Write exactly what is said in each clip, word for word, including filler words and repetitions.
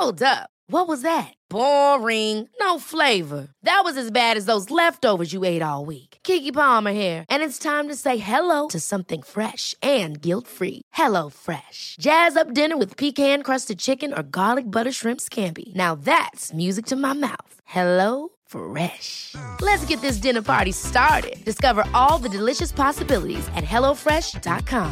Hold up. What was that? Boring. No flavor. That was as bad as those leftovers you ate all week. Keke Palmer here, and it's time to say hello to something fresh and guilt-free. Hello Fresh. Jazz up dinner with pecan-crusted chicken or garlic butter shrimp scampi. Now that's music to my mouth. Hello Fresh. Let's get this dinner party started. Discover all the delicious possibilities at hello fresh dot com.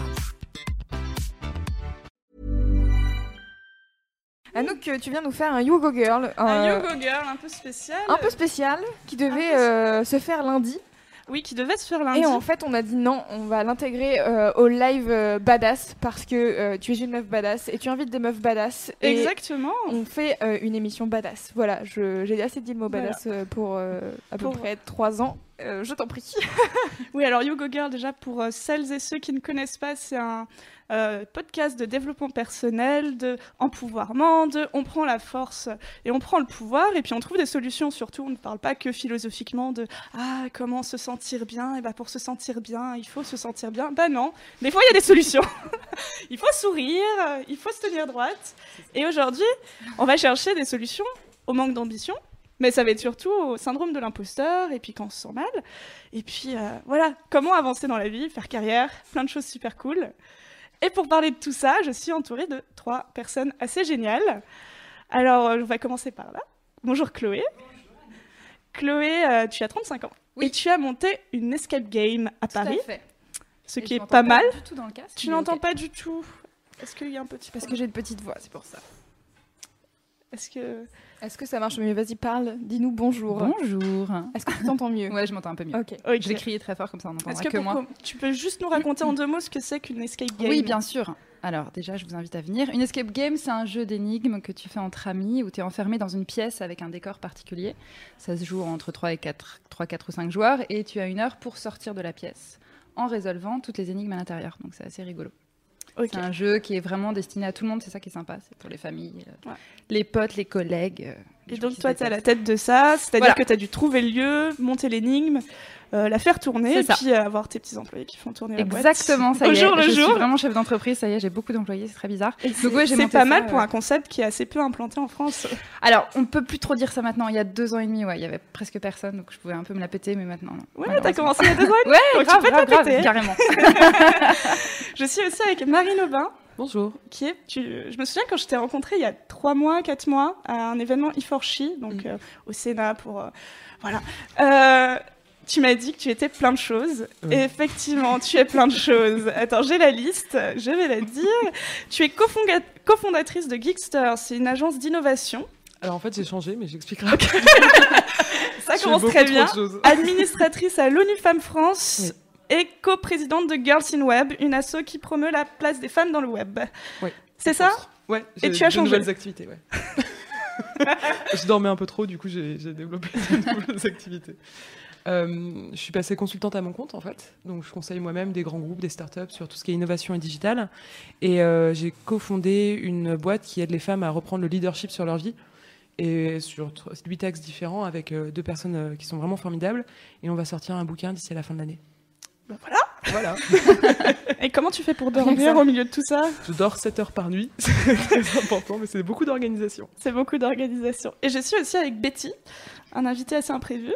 Anouk, tu viens nous faire un You Go Girl. Un euh, You Go Girl un peu spécial. Un peu spécial, qui devait euh, se faire lundi. Oui, qui devait se faire lundi. Et en fait, on a dit non, on va l'intégrer euh, au live euh, badass parce que euh, tu es une meuf badass et tu invites des meufs badass. Et exactement. On fait euh, une émission badass. Voilà, je, j'ai assez dit le mot badass voilà. euh, pour euh, à peu pour... près trois ans. Euh, je t'en prie. Oui, alors You Go Girl, déjà pour euh, celles et ceux qui ne connaissent pas, c'est un euh, podcast de développement personnel, de empouvoirment, de on prend la force et on prend le pouvoir et puis on trouve des solutions. Surtout, on ne parle pas que philosophiquement de ah comment se sentir bien. Et bah pour se sentir bien, il faut se sentir bien. Bah non, des fois il y a des solutions. Il faut sourire, il faut se tenir droite. Et aujourd'hui, on va chercher des solutions au manque d'ambition. Mais ça va être surtout au syndrome de l'imposteur, et puis quand on se sent mal. Et puis euh, voilà, comment avancer dans la vie, faire carrière, plein de choses super cool. Et pour parler de tout ça, je suis entourée de trois personnes assez géniales. Alors, euh, on va commencer par là. Bonjour Chloé. Chloé, euh, tu as trente-cinq ans. Oui. Et tu as monté une escape game à tout Paris. À fait. Ce et qui est pas, pas mal. Du tout dans le casque, tu n'entends okay. pas du tout. Est-ce qu'il y a un petit Parce problème ? que j'ai une petite voix, c'est pour ça. Est-ce que... Est-ce que ça marche mieux ? Vas-y, parle, dis-nous bonjour. Bonjour. Est-ce que tu t'entends mieux ? Ouais, je m'entends un peu mieux. Okay. Okay. Je vais crier très fort, comme ça on n'entendra que, que moi. Tu peux juste nous raconter en deux mots ce que c'est qu'une escape game ? Oui, bien sûr. Alors déjà, je vous invite à venir. Une escape game, c'est un jeu d'énigmes que tu fais entre amis, où tu es enfermé dans une pièce avec un décor particulier. Ça se joue entre trois, et quatre, trois, quatre ou cinq joueurs, et tu as une heure pour sortir de la pièce, en résolvant toutes les énigmes à l'intérieur. Donc c'est assez rigolo. Okay. C'est un jeu qui est vraiment destiné à tout le monde, c'est ça qui est sympa, c'est pour les familles, ouais. les potes, les collègues. Euh, les et donc toi, tu es à la tête de ça, c'est-à-dire voilà. que tu as dû trouver le lieu, monter l'énigme, euh, la faire tourner, et puis euh, avoir tes petits employés qui font tourner la boîte. Exactement, ça y est, jour le je jour. suis vraiment chef d'entreprise, ça y est, j'ai beaucoup d'employés, c'est très bizarre. Donc, c'est ouais, j'ai c'est pas ça, mal pour euh... un concept qui est assez peu implanté en France. Alors, on peut plus trop dire ça maintenant, il y a deux ans et demi, ouais, il y avait presque personne, donc je pouvais un peu me la péter, mais maintenant non. Ouais, t'as commencé il y a deux ans et demi. Ouais, grave, grave, grave, grave, carrément. Je suis aussi avec Marine Aubin. Bonjour. Qui est, tu, je me souviens quand je t'ai rencontrée il y a trois mois, quatre mois, à un événement E four She, donc mm. euh, au Sénat pour... Euh, voilà. Euh, tu m'as dit que tu étais plein de choses. Oui. Et effectivement, tu es plein de choses. Attends, j'ai la liste, je vais la dire. Tu es cofonda- cofondatrice de Geekster, c'est une agence d'innovation. Alors en fait, j'ai changé, mais j'expliquerai après. Ça commence très bien. Administratrice à l'ONU Femmes France. Oui. Et coprésidente de Girls in Web, une asso qui promeut la place des femmes dans le web. Oui. C'est ça ? Ouais. Et tu as changé. De nouvelles activités, ouais. Je dormais un peu trop, du coup, j'ai, j'ai développé de nouvelles activités. Euh, je suis passée consultante à mon compte, en fait. Donc, je conseille moi-même des grands groupes, des startups sur tout ce qui est innovation et digital. Et euh, j'ai cofondé une boîte qui aide les femmes à reprendre le leadership sur leur vie. Et sur huit axes différents avec euh, deux personnes euh, qui sont vraiment formidables. Et on va sortir un bouquin d'ici à la fin de l'année. Ben voilà. Voilà. Et comment tu fais pour dormir au milieu de tout ça ? Je dors sept heures par nuit, c'est très important, mais c'est beaucoup d'organisation. C'est beaucoup d'organisation. Et je suis aussi avec Betty, un invité assez imprévu.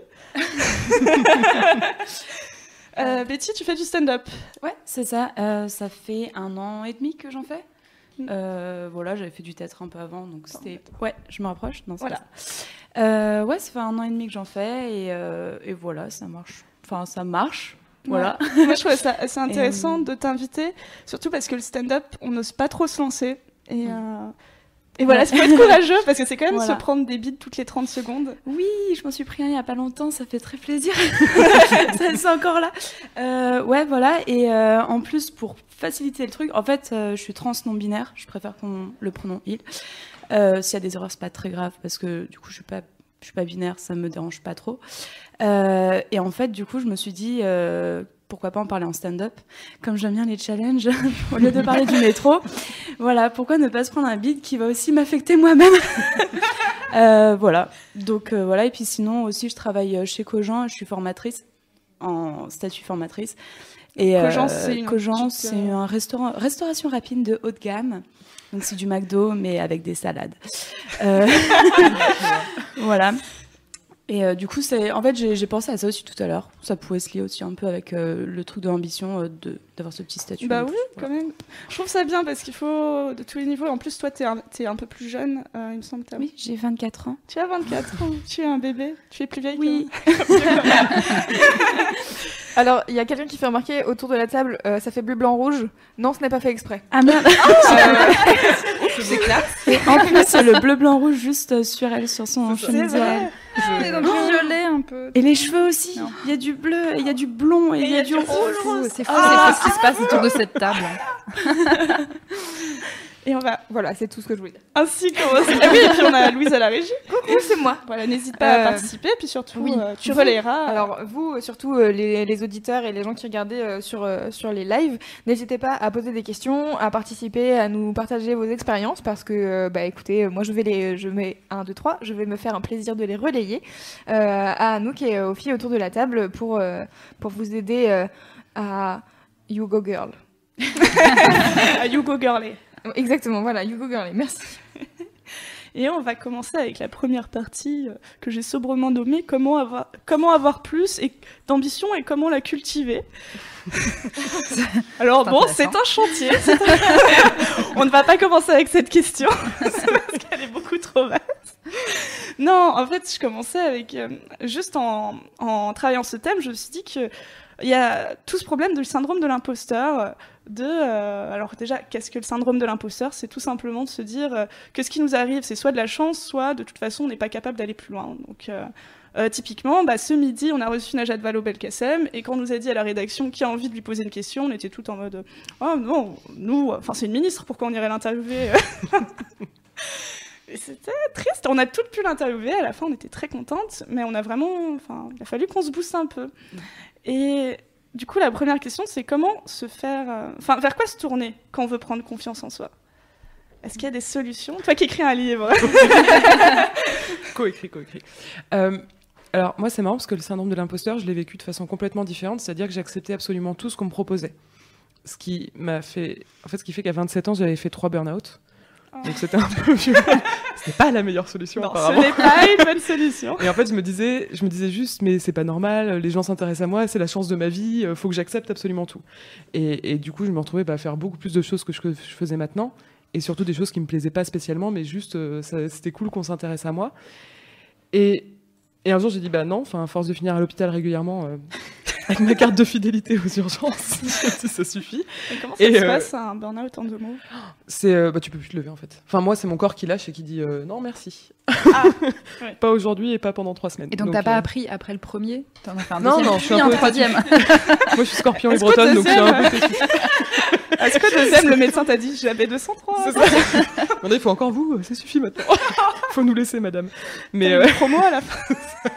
euh, Betty, tu fais du stand-up ? Ouais, c'est ça. Euh, ça fait un an et demi que j'en fais. Euh, voilà, j'avais fait du théâtre un peu avant, donc c'était... Ouais, je me rapproche. Non, c'est voilà. Euh, ouais, ça fait un an et demi que j'en fais, et, euh, et voilà, ça marche. Enfin, ça marche. Voilà. Ouais. Moi, je trouvais ça assez intéressant et... de t'inviter, surtout parce que le stand-up, on n'ose pas trop se lancer. Et, euh... et voilà, ouais. C'est pas être courageux, parce que c'est quand même voilà. se prendre des bides toutes les trente secondes. Oui, je m'en suis pris un il y a pas longtemps, ça fait très plaisir. ça, c'est encore là. Euh, ouais, voilà. Et euh, en plus, pour faciliter le truc, en fait, euh, je suis trans non-binaire, je préfère qu'on le pronom il. Euh, s'il y a des erreurs, c'est pas très grave, parce que du coup, je suis pas... je suis pas binaire, ça me dérange pas trop. Euh, et en fait, du coup, je me suis dit, euh, pourquoi pas en parler en stand-up ? Comme j'aime bien les challenges, au lieu de parler du métro, voilà, pourquoi ne pas se prendre un beat qui va aussi m'affecter moi-même ? euh, Voilà, donc euh, voilà. Et puis sinon aussi, je travaille chez Cogent, je suis formatrice, en statut formatrice. Et Cogence, c'est une Cogence, petite, c'est euh, un restaurant, restauration rapide de haut de gamme. Donc c'est du McDo, mais avec des salades. Euh, voilà. Et euh, du coup, c'est... en fait, j'ai, j'ai pensé à ça aussi tout à l'heure. Ça pouvait se lier aussi un peu avec euh, le truc de l'ambition euh, de, d'avoir ce petit statut. Bah en oui, plus. quand même. Je trouve ça bien parce qu'il faut de tous les niveaux. En plus, toi, t'es un, t'es un peu plus jeune, euh, il me semble. T'as... Oui, j'ai vingt-quatre ans. Tu as vingt-quatre ans, tu es un bébé, tu es plus vieille Oui. que moi. Alors, il y a quelqu'un qui fait remarquer autour de la table, euh, ça fait bleu, blanc, rouge. Non, ce n'est pas fait exprès. Ah merde. C'est classe. Et en plus, le bleu, blanc, rouge juste sur elle, sur son chemise. vrai. Et donc violet un peu. Et les cheveux aussi. Non. Il y a du bleu, et il y a du blond, et il y a du C'est rouge. fou, c'est fou, Ah. c'est fou ce qui se passe autour de cette table. Et on va Voilà, c'est tout ce que je voulais dire. ainsi commencer. Et oui, et puis on a Louise à la régie. Coucou, c'est moi. Voilà, n'hésite pas Euh, à participer, puis surtout, oui. euh, tu relayeras. Alors vous, euh, surtout euh, les, les auditeurs et les gens qui regardaient euh, sur, euh, sur les lives, n'hésitez pas à poser des questions, à participer, à nous partager vos expériences parce que, euh, bah écoutez, euh, moi je vais les, je mets un, deux, trois, je vais me faire un plaisir de les relayer euh, à Anouk et aux filles autour de la table pour, euh, pour vous aider euh, à You Go Girl. à You Go Girly. Exactement, voilà, You Go Girl, merci. Et on va commencer avec la première partie euh, que j'ai sobrement nommée comment avoir, comment avoir plus et, d'ambition et comment la cultiver. Alors C'est bon, intéressant. c'est un chantier. c'est un- on ne va pas commencer avec cette question parce qu'elle est beaucoup trop vaste. Non, en fait, je commençais avec euh, juste en, en travaillant ce thème, je me suis dit que il y a tout ce problème du syndrome de l'imposteur. De, euh, alors déjà, qu'est-ce que le syndrome de l'imposteur ? C'est tout simplement de se dire euh, que ce qui nous arrive, c'est soit de la chance, soit de toute façon, on n'est pas capable d'aller plus loin. Donc, euh, euh, typiquement, bah, ce midi, on a reçu Najat Vallaud-Belkacem, et quand on nous a dit à la rédaction qui a envie de lui poser une question, on était tout en mode « Oh non, nous, enfin c'est une ministre, pourquoi on irait l'interviewer ?» Et c'était triste. On a toutes pu l'interviewer. À la fin, on était très contentes, mais on a vraiment, enfin, il a fallu qu'on se booste un peu. Et du coup, la première question, c'est comment se faire, euh, enfin, vers quoi se tourner quand on veut prendre confiance en soi ? Est-ce qu'il y a des solutions ? Toi qui écris un livre. Co-écrit, co-écrit. Euh, alors, moi, c'est marrant parce que le syndrome de l'imposteur, je l'ai vécu de façon complètement différente, c'est-à-dire que j'acceptais absolument tout ce qu'on me proposait. Ce qui m'a fait... En fait, ce qui fait qu'à vingt-sept ans, j'avais fait trois burn-out. Donc c'était un peu violent. C'était pas la meilleure solution, Non, apparemment. ce n'est pas une bonne solution. Et en fait, je me disais, je me disais juste, mais c'est pas normal, les gens s'intéressent à moi, c'est la chance de ma vie, euh, faut que j'accepte absolument tout. Et, et du coup, je me retrouvais bah, à faire beaucoup plus de choses que je, que je faisais maintenant, et surtout des choses qui me plaisaient pas spécialement, mais juste, euh, ça, c'était cool qu'on s'intéresse à moi. Et, et un jour, j'ai dit, bah non, à force de finir à l'hôpital régulièrement, euh, avec ma carte de fidélité aux urgences, ça suffit. Et comment ça Et se euh, passe, un burn-out en deux mots ? C'est, euh, bah, tu peux plus te lever en fait. Enfin, moi, c'est mon corps qui lâche et qui dit euh, non, merci. Ah, ouais. Pas aujourd'hui et pas pendant trois semaines. Et donc, t'as euh, pas appris après le premier ? T'en as fait un Non, deuxième, non, je suis puis un un peu troisième. Moi, je suis scorpion et Est-ce qu'au bretonne, donc je suis un deuxième, peu têtu. Est-ce que deuxième, le médecin t'a dit j'avais deux cent trois ? C'est ça. Maintenant, il faut encore vous, ça suffit maintenant. Faut nous laisser, madame. Mais euh, promo à la fin.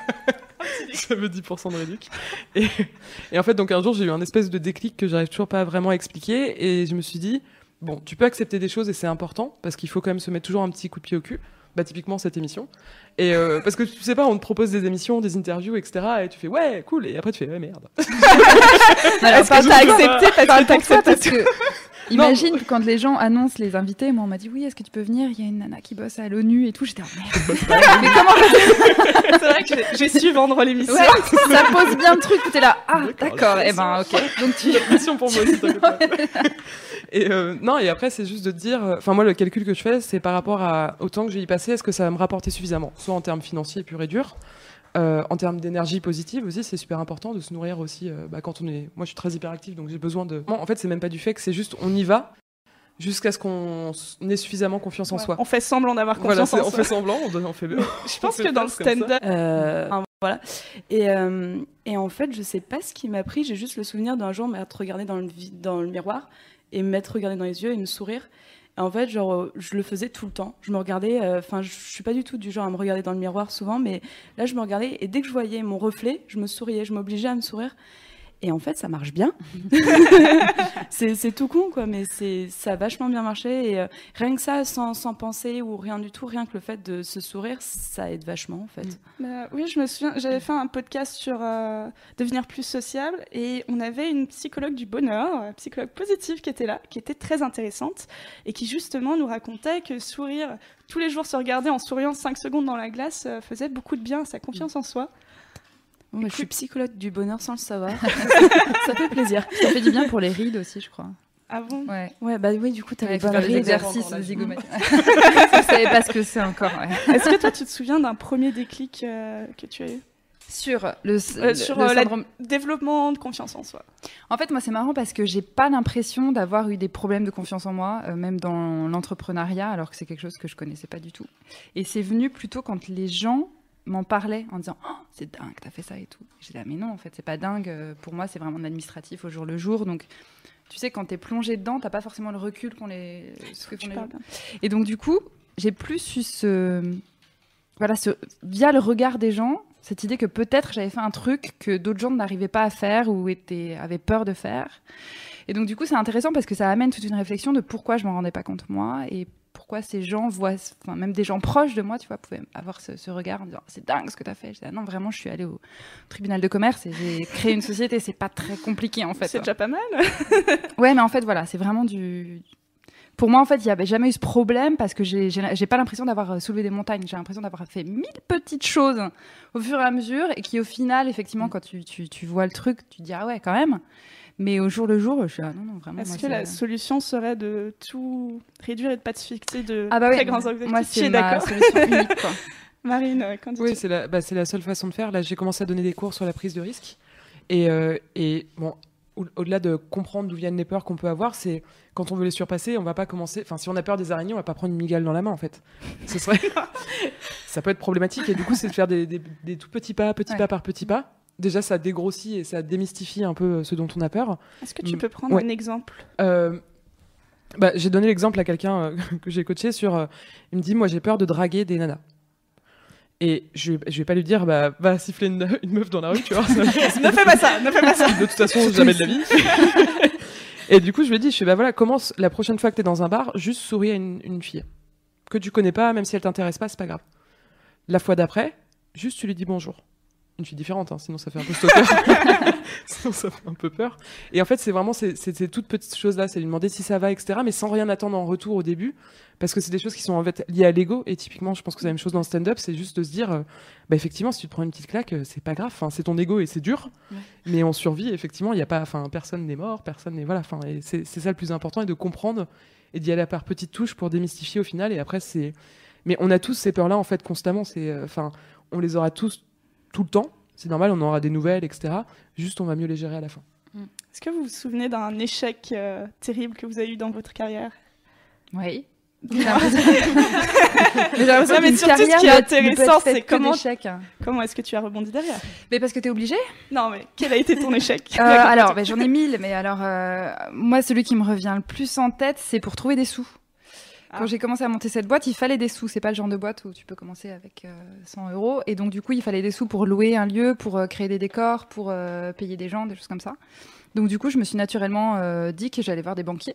j'avais dix pour cent de réduc. Et, et en fait, donc un jour, j'ai eu un espèce de déclic que j'arrive toujours pas vraiment à expliquer. Et je me suis dit, bon, tu peux accepter des choses et c'est important, parce qu'il faut quand même se mettre toujours un petit coup de pied au cul. Bah, typiquement, cette émission. Et euh, parce que tu sais pas, on te propose des émissions, des interviews, et cetera. Et tu fais, ouais, cool. Et après, tu fais, ouais, merde. Alors, Est-ce que t'as accepté parce que t'as accepté parce que imagine que quand les gens annoncent les invités, moi on m'a dit oui, est-ce que tu peux venir ? Il y a une nana qui bosse à l'ONU et tout. J'étais en merde. Mais comment C'est vrai que j'ai- j'ai su vendre l'émission. Ouais, ça pose bien le truc. T'es là, ah D'accord, d'accord. la Et ben ok. Donc tu. Mission pour moi aussi, t'inquiète pas. Et euh, non, et après, c'est juste de dire. Enfin, moi, le calcul que je fais, c'est par rapport à au temps que je vais y passer, est-ce que ça va me rapporter suffisamment ? Soit en termes financiers pur et dur, euh, en termes d'énergie positive aussi, c'est super important de se nourrir aussi. Euh, bah, quand on est. Moi, je suis très hyperactive, donc j'ai besoin de. Non, en fait, c'est même pas du fait que c'est juste on y va jusqu'à ce qu'on ait suffisamment confiance en Ouais, soi. on fait semblant d'avoir Voilà, confiance c'est- en on soi. fait semblant, on, donne- on fait. Je pense que dans le stand-up, Euh, enfin, voilà. Et, euh, et en fait, je sais pas ce qui m'a pris. J'ai juste le souvenir d'un jour m'être regardé dans le, vi- dans le miroir et m'être regardé dans les yeux et me sourire. Et en fait, genre, euh, je le faisais tout le temps. Je me regardais. Enfin, je suis pas du tout du genre à me regarder dans le miroir souvent, mais là, je me regardais et dès que je voyais mon reflet, je me souriais. Je m'obligeais à me sourire. Et en fait, ça marche bien. c'est, c'est tout con, quoi, mais c'est, ça a vachement bien marché. Et euh, rien que ça, sans, sans penser ou rien du tout, rien que le fait de se sourire, ça aide vachement, en fait. Bah, oui, je me souviens, j'avais fait un podcast sur euh, devenir plus sociable et on avait une psychologue du bonheur, une psychologue positive qui était là, qui était très intéressante et qui justement nous racontait que sourire, tous les jours se regarder en souriant cinq secondes dans la glace euh, faisait beaucoup de bien à sa confiance en soi. Bon, bah, je suis psychologue du bonheur sans le savoir. Ça fait plaisir. Ça fait du bien pour les rides aussi, je crois. Ah bon ? Ouais. Ouais, bah oui, du coup, t'as Ouais, les faut bonnes faire des rides. exercices de zygomètre. Vous savez pas ce que c'est encore. Ouais. Est-ce que toi, tu te souviens d'un premier déclic euh, que tu as eu ? Sur le, Euh, le- sur le euh, syndrome. le développement de confiance en soi. En fait, moi, c'est marrant parce que j'ai pas l'impression d'avoir eu des problèmes de confiance en moi, euh, même dans l'entrepreneuriat, alors que c'est quelque chose que je connaissais pas du tout. Et c'est venu plutôt quand les gens m'en parlaient en disant oh, c'est dingue, t'as fait ça et tout. J'ai dit ah, mais non, en fait, c'est pas dingue. Euh, Pour moi, c'est vraiment de l'administratif au jour le jour. Donc, tu sais, quand t'es plongé dedans, t'as pas forcément le recul qu'on les ce que font Tu les parles gens. bien. Et donc, du coup, j'ai plus eu ce. Voilà, ce... via le regard des gens, cette idée que peut-être j'avais fait un truc que d'autres gens n'arrivaient pas à faire ou étaient... avaient peur de faire. Et donc, du coup, c'est intéressant parce que ça amène toute une réflexion de pourquoi je m'en rendais pas compte moi et pourquoi ces gens voient, enfin, même des gens proches de moi, tu vois, pouvaient avoir ce, ce regard en disant c'est dingue ce que t'as fait. Je dis, ah non, vraiment, je suis allée au tribunal de commerce et j'ai créé une société. C'est pas très compliqué en fait. C'est déjà pas mal. Ouais, mais en fait, voilà, c'est vraiment du. Pour moi, en fait, il n'y avait jamais eu ce problème parce que j'ai, j'ai, j'ai pas l'impression d'avoir soulevé des montagnes. J'ai l'impression d'avoir fait mille petites choses au fur et à mesure et qui, au final, effectivement, quand tu, tu, tu vois le truc, tu te dis ah ouais, quand même. Mais au jour le jour, je suis ah non, non, vraiment. Est-ce moi, que c'est- la solution serait de tout réduire et de pas te fixer de Ah bah très ouais, grands objectifs? moi, Tu c'est es ma d'accord? solution unique, quoi. Marine, euh, qu'en dis-tu? Oui, c'est la, bah, c'est la seule façon de faire. Là, j'ai commencé à donner des cours sur la prise de risque. Et, euh, et bon, au- au-delà de comprendre d'où viennent les peurs qu'on peut avoir, c'est quand on veut les surpasser, on va pas commencer. Enfin, si on a peur des araignées, on va pas prendre une migale dans la main, en fait. Ce serait. Ça peut être problématique. Et du coup, c'est de faire des, des- des tout petits pas, petits Ouais. pas par petits pas. Déjà, ça dégrossit et ça démystifie un peu ce dont on a peur. Est-ce que tu Mm. peux prendre Ouais. un exemple? Euh, bah, j'ai donné l'exemple à quelqu'un euh, que j'ai coaché sur. euh, il me dit, moi, j'ai peur de draguer des nanas. Et je, vais- je vais pas lui dire, bah, va siffler une, une meuf dans la rue, tu vois. ça- Ne fais pas ça, ne fais pas ça. de toute façon, jamais de la vie. Et du coup, je lui ai dit, je fais, bah voilà, commence la prochaine fois que t'es dans un bar, juste souris à une, une fille que tu connais pas, même si elle t'intéresse pas, c'est pas grave. La fois d'après, juste tu lui dis bonjour. Une fille différente, hein, sinon ça fait un peu stalker. Sinon ça fait un peu peur. Et en fait, c'est vraiment ces, ces- ces toutes petites choses-là, c'est lui demander si ça va, et cetera. Mais sans rien attendre en retour au début, parce que c'est des choses qui sont en fait liées à l'ego. Et typiquement, je pense que c'est la même chose dans le stand-up, c'est juste de se dire, euh, bah effectivement, si tu te prends une petite claque, euh, c'est pas grave. Enfin, c'est ton ego et c'est dur, Ouais. mais on survit. Effectivement, il y a pas, enfin, personne n'est mort, personne n'est voilà. Enfin, et c'est c'est ça le plus important, et de comprendre et d'y aller par petites touches pour démystifier au final. Et après, c'est, mais on a tous ces peurs-là en fait constamment. C'est, enfin, on les aura tous tout le temps. C'est normal, on aura des nouvelles, et cetera. Juste, on va mieux les gérer à la fin. Est-ce que vous vous souvenez d'un échec euh, terrible que vous avez eu dans votre carrière? Oui. J'ai l'impression Mais j'ai l'impression Non, mais qu'une surtout, ce carrière qui est ne peut être intéressant, faite c'est que comment- d'échecs. Comment est-ce que tu as rebondi derrière? Mais parce que t'es obligé. Non, mais quel a été ton échec? Euh, alors, ben, j'en ai mille, mais alors, euh, moi, celui qui me revient le plus en tête, c'est pour trouver des sous. Quand Ah. j'ai commencé à monter cette boîte, il fallait des sous. C'est pas le genre de boîte où tu peux commencer avec euh, cent euros. Et donc, du coup, il fallait des sous pour louer un lieu, pour euh, créer des décors, pour euh, payer des gens, des choses comme ça. Donc, du coup, je me suis naturellement euh, dit que j'allais voir des banquiers.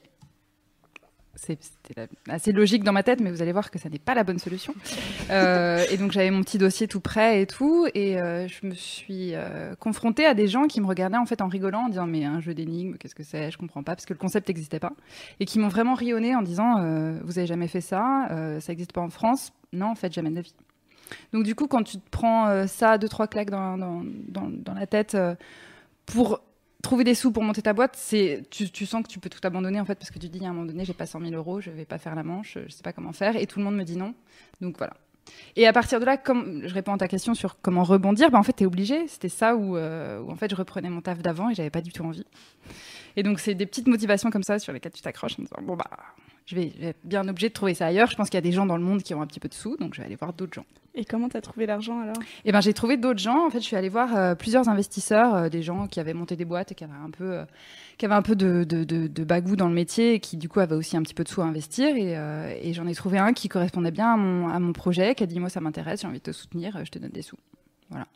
C'est- C'était la- assez logique dans ma tête, mais vous allez voir que ça n'est pas la bonne solution. Euh, et donc j'avais mon petit dossier tout prêt et tout, et euh, je me suis euh, confrontée à des gens qui me regardaient en fait en rigolant, en disant mais un jeu d'énigmes, qu'est-ce que c'est? Je comprends pas, parce que le concept n'existait pas, et qui m'ont vraiment rionné en disant euh, vous avez jamais fait ça, euh, ça n'existe pas en France. Non, en fait, jamais de la vie. Donc du coup, quand tu te prends euh, ça, deux trois claques dans, dans, dans, dans la tête euh, pour trouver des sous pour monter ta boîte, c'est tu, tu sens que tu peux tout abandonner en fait, parce que tu te dis à un moment donné j'ai pas cent mille euros, je vais pas faire la manche, je sais pas comment faire, et tout le monde me dit non. Donc voilà. Et à partir de là, comme je réponds à ta question sur comment rebondir, bah en fait t'es obligé. C'était ça où, euh, où en fait je reprenais mon taf d'avant et j'avais pas du tout envie. Et donc c'est des petites motivations comme ça sur lesquelles tu t'accroches en disant bon bah je vais, je vais être bien obligé de trouver ça ailleurs. Je pense qu'il y a des gens dans le monde qui ont un petit peu de sous, donc je vais aller voir d'autres gens. Et comment t'as trouvé l'argent alors? Et ben j'ai trouvé d'autres gens. En fait, je suis allée voir euh, plusieurs investisseurs, euh, des gens qui avaient monté des boîtes et qui avaient un peu, euh, qui avaient un peu de, de, de, de bagou dans le métier et qui du coup avaient aussi un petit peu de sous à investir. Et, euh, et j'en ai trouvé un qui correspondait bien à mon, à mon projet, qui a dit moi ça m'intéresse, j'ai envie de te soutenir, je te donne des sous.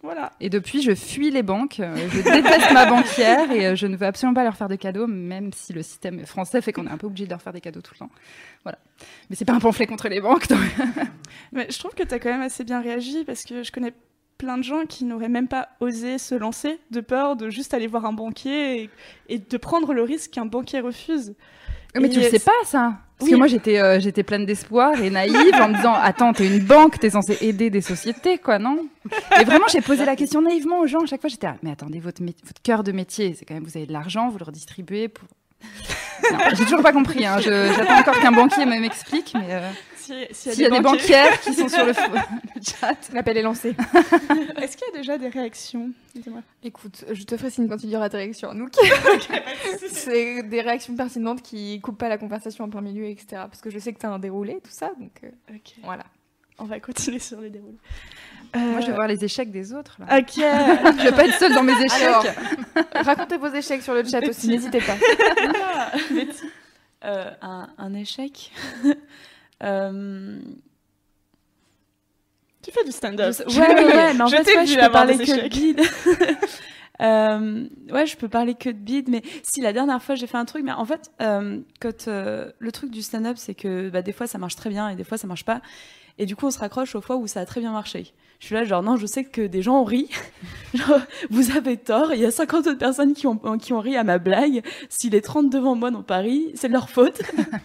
Voilà. Et depuis, je fuis les banques. Euh, Je déteste ma banquière et euh, je ne veux absolument pas leur faire de cadeaux, même si le système français fait qu'on est un peu obligé de leur faire des cadeaux tout le temps. Voilà. Mais c'est pas un pamphlet contre les banques. Donc... Mais je trouve que tu as quand même assez bien réagi parce que je connais plein de gens qui n'auraient même pas osé se lancer de peur de juste aller voir un banquier et, et de prendre le risque qu'un banquier refuse. Mais Et tu le sais c'est- pas, ça. Parce Oui. que moi, j'étais, euh, j'étais pleine d'espoir et naïve en me disant, attends, t'es une banque, t'es censée aider des sociétés, quoi, non? Et vraiment, j'ai posé la question naïvement aux gens. À chaque fois, j'étais, ah, mais attendez, votre, mé- votre cœur de métier, c'est quand même, vous avez de l'argent, vous le redistribuez pour... Non, j'ai toujours pas compris, hein. Je- j'attends encore qu'un banquier me- m'explique, mais euh, Si- s'il s'il y a des banquiers- banquières qui sont sur le, f- le chat. L'appel est lancé. Est-ce qu'il y a déjà des réactions? Dis-moi. Écoute, je te ferai signe quand il y aura des réactions. Nous, c'est des réactions pertinentes qui coupent pas la conversation en plein milieu, et cetera. Parce que je sais que t'as un déroulé, tout ça, donc euh, Ok. voilà. On va continuer sur les déroulés. Moi, je vais Euh, voir les échecs des autres, là. Ok. Je vais pas être seule dans mes échecs. Alors, racontez vos échecs sur le chat aussi, n'hésitez pas. Euh, un, un échec. Euh, Tu fais du stand-up. je- Ouais, ouais, ouais, mais en Je fait, t'ai ouais, vu je peux avoir parler des que de échecs. bide. Euh, ouais, je peux parler que de bide, mais si la dernière fois j'ai fait un truc, mais en fait, euh, quand euh, le truc du stand-up, c'est que bah, des fois ça marche très bien et des fois ça marche pas, et du coup on se raccroche aux fois où ça a très bien marché. Je suis là genre non, je sais que des gens ont ri, genre vous avez tort, il y a cinquante autres personnes qui ont qui ont ri à ma blague. Si les trente devant moi n'ont pas ri, c'est de leur faute.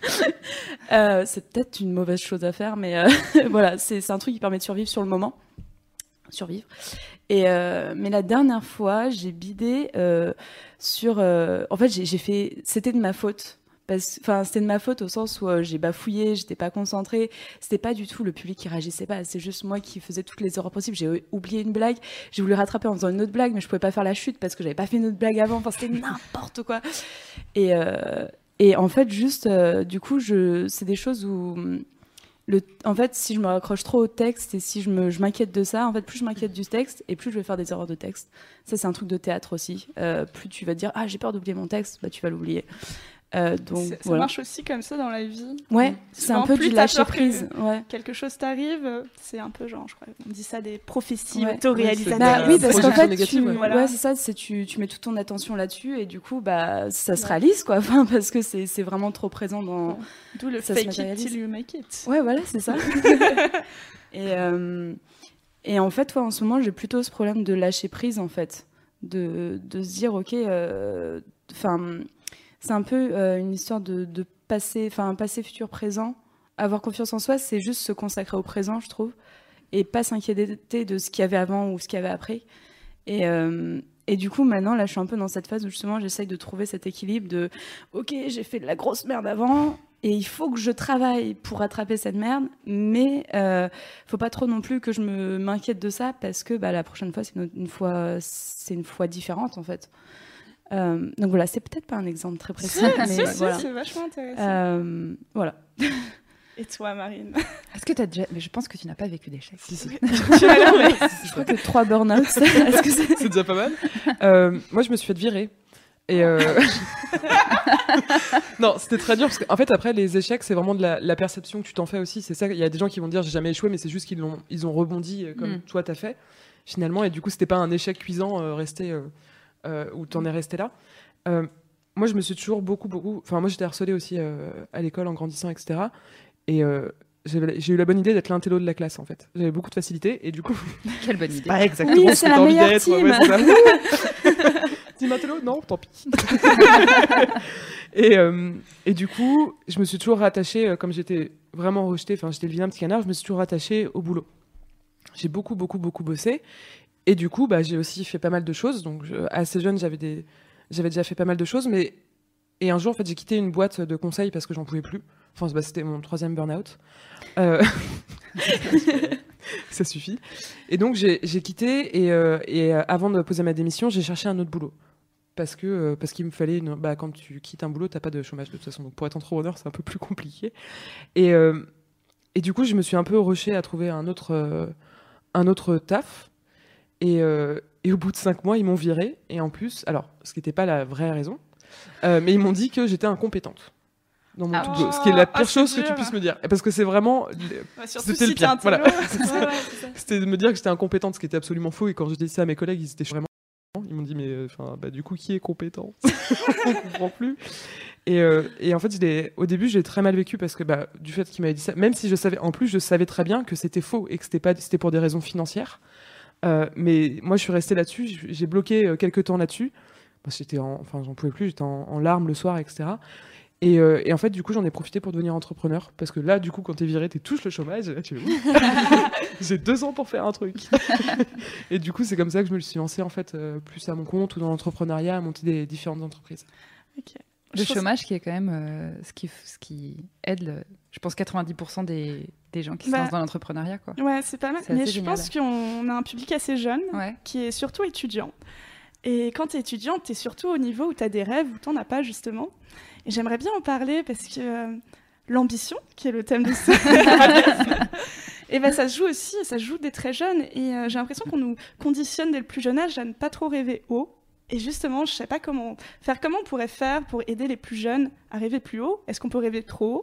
euh, c'est peut-être une mauvaise chose à faire, mais euh, voilà, c'est c'est un truc qui permet de survivre sur le moment, survivre. Et euh, mais la dernière fois, j'ai bidé euh, sur. Euh, en fait, j'ai j'ai fait. C'était de ma faute. Parce- Enfin, c'était de ma faute au sens où euh, j'ai bafouillé, j'étais pas concentrée. C'était pas du tout le public qui réagissait pas. C'est juste moi qui faisais toutes les erreurs possibles. J'ai euh, oublié une blague. J'ai voulu rattraper en faisant une autre blague, mais je pouvais pas faire la chute parce que j'avais pas fait une autre blague avant. Enfin, c'était n'importe quoi. Et euh, et en fait, juste, euh, du coup, je. C'est des choses où. Le, en fait, si je me raccroche trop au texte et si je me, je m'inquiète de ça, en fait, plus je m'inquiète du texte et plus je vais faire des erreurs de texte. Ça, c'est un truc de théâtre aussi. Euh, plus tu vas te dire ah j'ai peur d'oublier mon texte, bah tu vas l'oublier. Euh, donc C'est- Ça voilà. marche aussi comme ça dans la vie. Ouais, c'est un Souvent, peu plus du t'as lâcher peur que- prise. Ouais. Quelque chose t'arrive, c'est un peu genre, je crois, on dit ça des prophéties Ouais. autoréalisatrices. Bah, Euh, oui, parce qu'en projection fait, négative, tu... ouais. Voilà. ouais, c'est ça, c'est tu, tu mets toute ton attention là-dessus et du coup, bah, ça se réalise, quoi. Enfin, parce que c'est, c'est vraiment trop présent dans. D'où le ça se fake it matérialise. till you make it. Ouais, voilà, c'est ça. et, euh, et en fait, ouais, en ce moment, j'ai plutôt ce problème de lâcher prise, en fait. De, de se dire, ok, euh, enfin, c'est un peu euh, une histoire de, de passé, enfin, passé, futur, présent. Avoir confiance en soi, c'est juste se consacrer au présent, je trouve. Et pas s'inquiéter de ce qu'il y avait avant ou ce qu'il y avait après. Et, euh, et du coup, maintenant, là, je suis un peu dans cette phase où justement, j'essaye de trouver cet équilibre de ok, j'ai fait de la grosse merde avant, et il faut que je travaille pour rattraper cette merde, mais euh, faut pas trop non plus que je me m'inquiète de ça parce que bah, la prochaine fois, c'est une, une fois, c'est une fois différente en fait. Euh, donc voilà, c'est peut-être pas un exemple très précis, mais Si, si, voilà. c'est vachement intéressant. Euh, voilà. Et toi, Marine? Est-ce que tu as déjà. Mais je pense que tu n'as pas vécu d'échec. Si, si. Tu as l'air, mais- Je crois que trois burn-out, c'est- est-ce que c'est... C'est déjà pas mal. Euh, moi, je me suis fait virer. Et euh... non, c'était très dur parce qu'en fait, après, les échecs, c'est vraiment de la, la perception que tu t'en fais aussi. C'est ça. Il y a des gens qui vont dire j'ai jamais échoué, mais c'est juste qu'ils ont, ils ont rebondi euh, comme Mm. toi t'as fait finalement. Et du coup, c'était pas un échec cuisant euh, resté euh, euh, où t'en es resté là. Euh, moi, je me suis toujours beaucoup, beaucoup. Enfin, moi, j'étais harcelée aussi euh, à l'école en grandissant, et cetera. Et euh, j'avais- j'ai eu la bonne idée d'être l'intello de la classe en fait. J'avais beaucoup de facilité et du coup. Quelle bonne idée. Pas exactement Oui, ce c'est que la t'as envie meilleure d'être, team. ouais, c'est ça. Team intello? Non, tant pis. et, euh, et du coup, je me suis toujours rattachée, euh, comme j'étais vraiment rejetée, enfin j'étais le vilain petit canard, je me suis toujours rattachée au boulot. J'ai beaucoup, beaucoup, beaucoup bossé. Et du coup, bah, j'ai aussi fait pas mal de choses. Donc, je- assez jeune, j'avais des... j'avais déjà fait pas mal de choses. Mais... Et un jour, en fait, j'ai quitté une boîte de conseil parce que j'en pouvais plus. Enfin, bah, c'était mon troisième burn-out. Euh... Ça suffit. Et donc, j'ai, j'ai quitté. Et, euh, et euh, avant de poser ma démission, j'ai cherché un autre boulot. Parce, que, euh, parce qu'il me fallait... Une... Bah, quand tu quittes un boulot, t'as pas de chômage de toute façon. Donc, pour être entrepreneur, c'est un peu plus compliqué. Et, euh... et du coup, je me suis un peu rushée à trouver un autre, euh... un autre taf. Et, euh... et au bout de cinq mois, ils m'ont virée. Et en plus, alors, ce qui n'était pas la vraie raison, euh, mais ils m'ont dit que j'étais incompétente. dans mon Ah, tout boulot, ce qui est la pire ah, c'est chose que dur. tu puisses me dire. Parce que c'est vraiment... Ouais, surtout C'était si le t'es un pire, voilà. télo. Ouais, ouais, c'est ça. C'était de me dire que j'étais incompétente, ce qui était absolument faux. Et quand je disais ça à mes collègues, ils étaient vraiment... Ils m'ont dit, mais enfin, bah, du coup, qui est compétent? On comprend plus. Et, euh, et en fait, je l'ai- au début, j'ai très mal vécu parce que bah, du fait qu'il m'avait dit ça, même si je savais, en plus, je savais très bien que c'était faux et que c'était pas, c'était pour des raisons financières. Euh, mais moi, je suis restée là-dessus. J'ai j'ai bloqué euh, quelques temps là-dessus. Bah, j'étais, en, enfin, j'en pouvais plus. J'étais en, en larmes le soir, et cetera. Et, euh, et en fait, du coup, j'en ai profité pour devenir entrepreneur parce que là, du coup, quand t'es viré, t'es touches le chômage. Et là, tu fais, ouh, j'ai deux ans pour faire un truc. Et du coup, c'est comme ça que je me suis lancée en fait euh, plus à mon compte ou dans l'entrepreneuriat, à monter des différentes entreprises. Ok. Le Je pense- chômage qui est quand même euh, ce, qui, ce qui aide, le- je pense, quatre-vingt-dix pour cent des, des gens qui se Bah, lancent dans l'entrepreneuriat. Quoi. Ouais, c'est pas mal. C'est Mais assez je génial. pense qu'on a un public assez jeune Ouais. qui est surtout étudiant. Et quand t'es étudiant, t'es surtout au niveau où t'as des rêves, où t'en as pas justement. Et j'aimerais bien en parler parce que euh, l'ambition, qui est le thème de ce et ben ça se joue aussi, ça se joue dès très jeune. Et euh, j'ai l'impression qu'on nous conditionne dès le plus jeune âge à ne pas trop rêver haut. Et justement, je sais pas comment faire, comment on pourrait faire pour aider les plus jeunes à rêver plus haut. Est-ce qu'on peut rêver trop haut?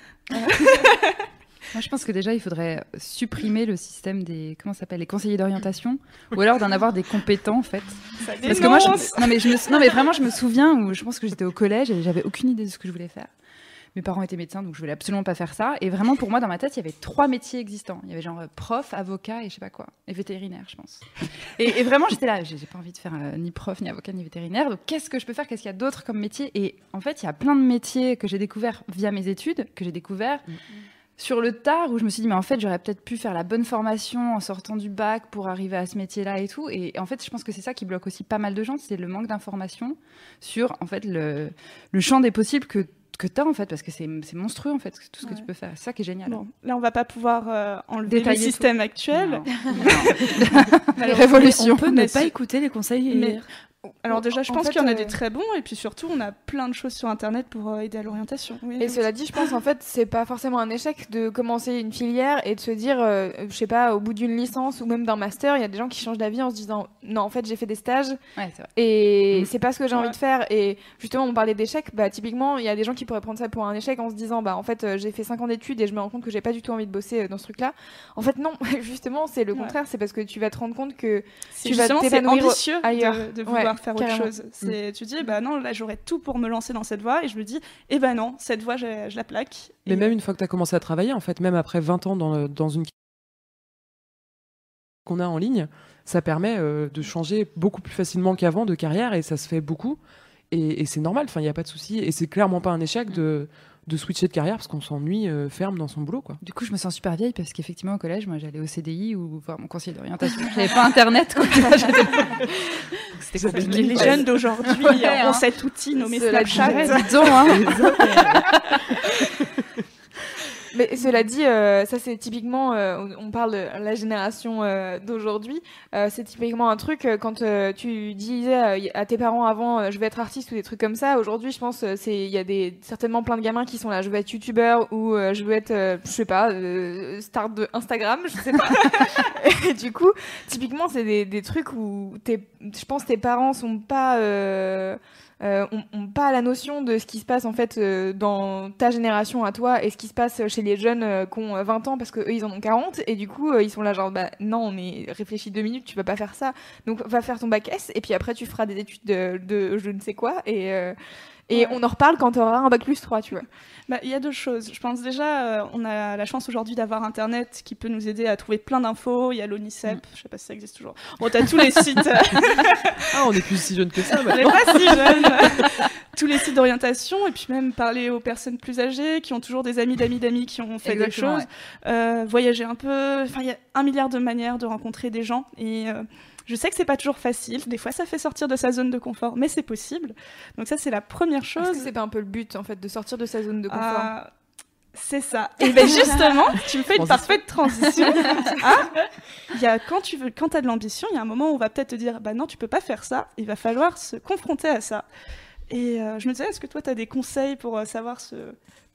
Moi, je pense que déjà, il faudrait supprimer le système des, comment ça s'appelle, les conseillers d'orientation, ou alors d'en avoir des compétents, en fait. Ça Parce que moi, je, dénonce. non, mais je me, non, mais vraiment, je me souviens où je pense que j'étais au collège et j'avais aucune idée de ce que je voulais faire. Mes parents étaient médecins, donc je voulais absolument pas faire ça. Et vraiment, pour moi, dans ma tête, il y avait trois métiers existants. Il y avait genre euh, prof, avocat et je sais pas quoi, et vétérinaire, je pense. Et, et vraiment, j'étais là, j'ai j'ai pas envie de faire euh, ni prof, ni avocat, ni vétérinaire. Donc, qu'est-ce que je peux faire? Qu'est-ce qu'il y a d'autre comme métier? Et en fait, il y a plein de métiers que j'ai découverts via mes études, que j'ai découverts sur le tard, où je me suis dit, mais en fait, j'aurais peut-être pu faire la bonne formation en sortant du bac pour arriver à ce métier-là et tout. Et en fait, je pense que c'est ça qui bloque aussi pas mal de gens, c'est le manque d'informations sur, en fait, le, le champ des possibles que, que tu as, en fait, parce que c'est c'est monstrueux, en fait, tout ce que Ouais. tu peux faire. C'est ça qui est génial. Bon, là, on va pas pouvoir euh, enlever Détailler le système actuel. Non. Malheureusement. Révolution. On peut Mais ne pas si- écouter les conseils. Mais- Alors déjà, je En pense fait, qu'il y en a euh, des très bons, et puis surtout, on a plein de choses sur Internet pour euh, aider à l'orientation. Oui, Et cela dit, je pense en fait, c'est pas forcément un échec de commencer une filière et de se dire, euh, je sais pas, au bout d'une licence ou même d'un master, il y a des gens qui changent d'avis en se disant, non, en fait, j'ai fait des stages Ouais, c'est vrai. et Mm. c'est pas ce que j'ai Ouais. envie de faire. Et justement, on parlait d'échec, bah typiquement, il y a des gens qui pourraient prendre ça pour un échec en se disant, bah en fait, euh, j'ai fait cinq ans d'études et je me rends compte que j'ai pas du tout envie de bosser euh, dans ce truc-là. En fait, non, justement, c'est le Ouais. contraire, c'est parce que tu vas te rendre compte que C'est tu vas justement, c'est t'épanouir ambitieux ailleurs. de, de vouloir Ouais, faire autre carrément. chose. C'est, tu dis, bah non, là, j'aurais tout pour me lancer dans cette voie, et je me dis, eh ben non, cette voie, je, je la plaque. Mais Et- même une fois que tu as commencé à travailler, en fait, même après vingt ans dans, le- dans une qu'on a en ligne, ça permet euh, de changer beaucoup plus facilement qu'avant de carrière et ça se fait beaucoup. Et, et c'est normal, il n'y a pas de souci. Et c'est clairement pas un échec de, de switcher de carrière parce qu'on s'ennuie euh, ferme dans son boulot. Quoi. Du coup, je me sens super vieille parce qu'effectivement, au collège, moi, j'allais au C D I ou voir mon conseiller d'orientation. J'avais pas Internet, quoi. J'étais pas- Donc, C'était J'avais compliqué. Les Ouais. jeunes d'aujourd'hui Ouais, ont hein. cet outil nommé Cela dit, Snapchat. Ouais, dis donc, hein. Mais cela dit, euh, ça c'est typiquement, euh, on on parle de la génération euh, d'aujourd'hui, euh, c'est typiquement un truc, euh, quand euh, tu disais euh, à tes parents avant, euh, je vais être artiste ou des trucs comme ça, aujourd'hui je pense, euh, c'est il y a des certainement plein de gamins qui sont là, je veux être youtubeur ou euh, je veux être, euh, je sais pas, euh, star de Instagram, je sais pas. Et du coup, typiquement c'est des, des trucs où tes, je pense tes parents sont pas... Euh, euh, ont, ont pas la notion de ce qui se passe en fait euh, dans ta génération à toi et ce qui se passe chez les jeunes euh, qui ont vingt ans parce que eux ils en ont quarante et du coup euh, ils sont là genre bah non mais réfléchis deux minutes, tu vas pas faire ça, donc va faire ton bac S et puis après tu feras des études de, de je ne sais quoi et euh, et Ouais. on en reparle quand tu auras un bac plus trois, tu vois. Bah, il y a deux choses. Je pense déjà, euh, on a la chance aujourd'hui d'avoir Internet qui peut nous aider à trouver plein d'infos. Il y a l'ONICEP, je sais pas si ça existe toujours. Bon, t'as tous les sites. Ah, on est plus si jeune que ça On n'est maintenant. pas si jeune. Tous les sites d'orientation, et puis même parler aux personnes plus âgées qui ont toujours des amis d'amis d'amis qui ont fait Exactement, des choses. Euh, voyager un peu. Enfin, il y a un milliard de manières de rencontrer des gens. Et euh, je sais que c'est pas toujours facile. Des fois, ça fait sortir de sa zone de confort, mais c'est possible. Donc ça, c'est la première Est-ce chose. que c'est pas un peu le but en fait de sortir de sa zone de confort? Ah, c'est ça. Et ben justement, tu me fais une Transition. parfaite transition. Ah, il y a quand tu veux, quand t'as de l'ambition, il y a un moment où on va peut-être te dire, bah non, tu peux pas faire ça. Il va falloir se confronter à ça. Et euh, je me disais, est-ce que toi, tu as des conseils pour euh, savoir se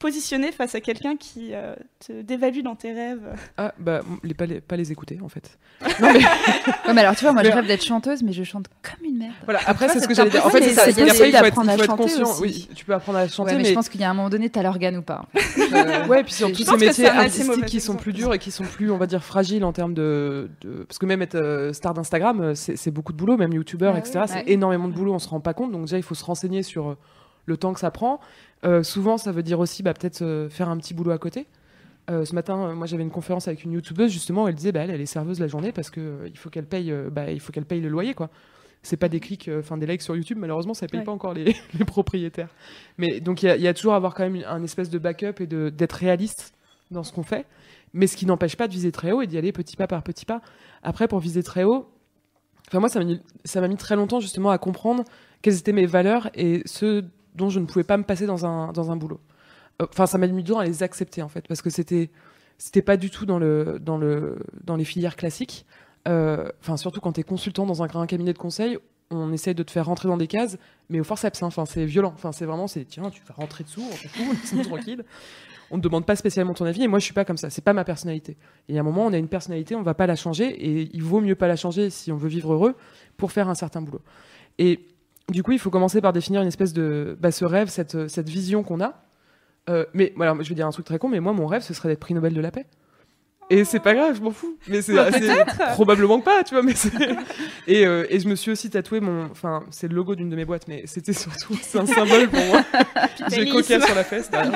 positionner face à quelqu'un qui euh, te dévalue dans tes rêves? Ah, bah, les, pas, les, pas les écouter, en fait. Non, mais... ouais, mais alors, tu vois, moi, mais... je rêve d'être chanteuse, mais je chante comme une merde. Voilà, après, c'est ce que j'allais dire. En fait, c'est ça. C'est possible d'apprendre à chanter conscient. aussi. Oui, tu peux apprendre à chanter, ouais, mais, mais je pense qu'il y a un moment donné, t'as l'organe ou pas. En fait. euh... Ouais, et puis surtout ces métiers artistiques qui sont exemple. plus durs et qui sont plus, on va dire, fragiles en termes de... de... Parce que même être euh, star d'Instagram, c'est, c'est beaucoup de boulot, même youtubeur, ah, et cetera. Oui, c'est ouais. énormément de boulot, on se rend pas compte. Donc déjà, il faut se renseigner sur euh, le temps que ça prend. Euh, souvent, ça veut dire aussi bah, peut-être euh, faire un petit boulot à côté. Euh, ce matin, euh, moi, j'avais une conférence avec une youtubeuse, justement, où elle disait bah, elle, elle est serveuse la journée parce qu'il euh, faut qu'elle paye, euh, bah, il faut qu'elle paye le loyer, quoi. C'est pas des clics, enfin euh, des likes sur YouTube, malheureusement, ça paye ouais. pas encore les, les propriétaires. Mais donc, il y, y a toujours à avoir quand même un espèce de backup et de, d'être réaliste dans ce qu'on fait. Mais ce qui n'empêche pas de viser très haut et d'y aller petit pas par petit pas. Après, pour viser très haut, enfin moi, ça m'a mis, ça m'a mis très longtemps, justement, à comprendre quelles étaient mes valeurs et ce dont je ne pouvais pas me passer dans un, dans un boulot. Enfin, ça m'a mis du temps à les accepter, en fait, parce que c'était, c'était pas du tout dans, le, dans, le, dans les filières classiques. Enfin, euh, surtout quand tu es consultant dans un grand cabinet de conseil, on essaye de te faire rentrer dans des cases, mais au forceps, hein. Enfin, c'est violent. Enfin, c'est vraiment, c'est tiens, tu vas rentrer dessous, on s'en fout, laisse-nous tranquille. On ne demande pas spécialement ton avis, et moi, je suis pas comme ça. C'est pas ma personnalité. Et à un moment, on a une personnalité, on va pas la changer, et il vaut mieux pas la changer si on veut vivre heureux pour faire un certain boulot. Et du coup, il faut commencer par définir une espèce de bah, ce rêve, cette, cette vision qu'on a. Euh, mais voilà, je vais dire un truc très con, mais moi, mon rêve, ce serait d'être prix Nobel de la paix. Et c'est pas grave, je m'en fous. Mais c'est, c'est probablement pas, tu vois. Mais c'est... Et, euh, et je me suis aussi tatoué mon. Enfin, c'est le logo d'une de mes boîtes, mais c'était surtout c'est un symbole pour moi. J'ai coca sur la fesse derrière.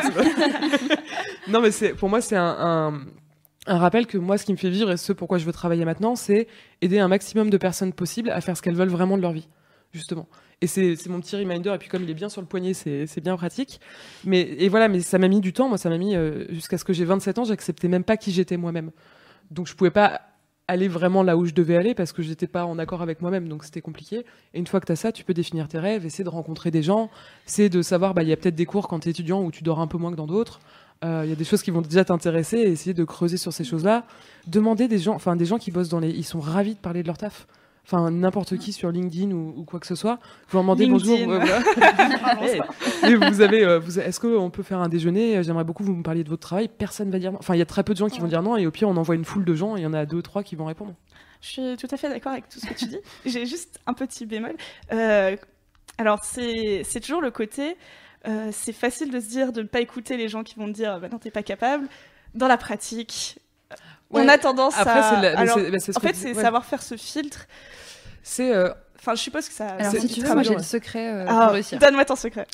Non, mais c'est pour moi, c'est un, un, un rappel que moi, ce qui me fait vivre et ce pourquoi je veux travailler maintenant, c'est aider un maximum de personnes possibles à faire ce qu'elles veulent vraiment de leur vie, justement. Et c'est, c'est mon petit reminder, et puis comme il est bien sur le poignet, c'est, c'est bien pratique. Mais, et voilà, mais ça m'a mis du temps, moi ça m'a mis, euh, jusqu'à ce que j'ai vingt-sept ans, j'acceptais même pas qui j'étais moi-même. Donc je pouvais pas aller vraiment là où je devais aller, parce que j'étais pas en accord avec moi-même, donc c'était compliqué. Et une fois que t'as ça, tu peux définir tes rêves, essayer de rencontrer des gens, c'est de savoir, bah il y a peut-être des cours quand t'es étudiant où tu dors un peu moins que dans d'autres. Il euh, y a des choses qui vont déjà t'intéresser, et essayer de creuser sur ces choses-là. Demander des gens, enfin des gens qui bossent dans les... Ils sont ravis de parler de leur taf. Enfin, n'importe qui sur LinkedIn ou, ou quoi que ce soit, vous leur demandez bonjour. Euh, voilà. hey. Et vous avez, euh, vous, est-ce qu'on peut faire un déjeuner? J'aimerais beaucoup que vous me parliez de votre travail. Personne va dire non. Enfin, il y a très peu de gens qui vont dire non, et au pire, on envoie une foule de gens, et il y en a deux, trois qui vont répondre. Je suis tout à fait d'accord avec tout ce que tu dis. J'ai juste un petit bémol. Euh, alors, c'est, c'est toujours le côté. Euh, c'est facile de se dire de ne pas écouter les gens qui vont te dire bah non, t'es pas capable. Dans la pratique. Ouais. On a tendance Après, à. C'est la... Alors, c'est, bah, c'est en fait, c'est ouais. savoir faire ce filtre. C'est. Euh... Enfin, je suppose que ça. Alors, c'est si tu veux, moi, j'ai ouais. le secret euh, ah, pour réussir. Donne-moi ton secret.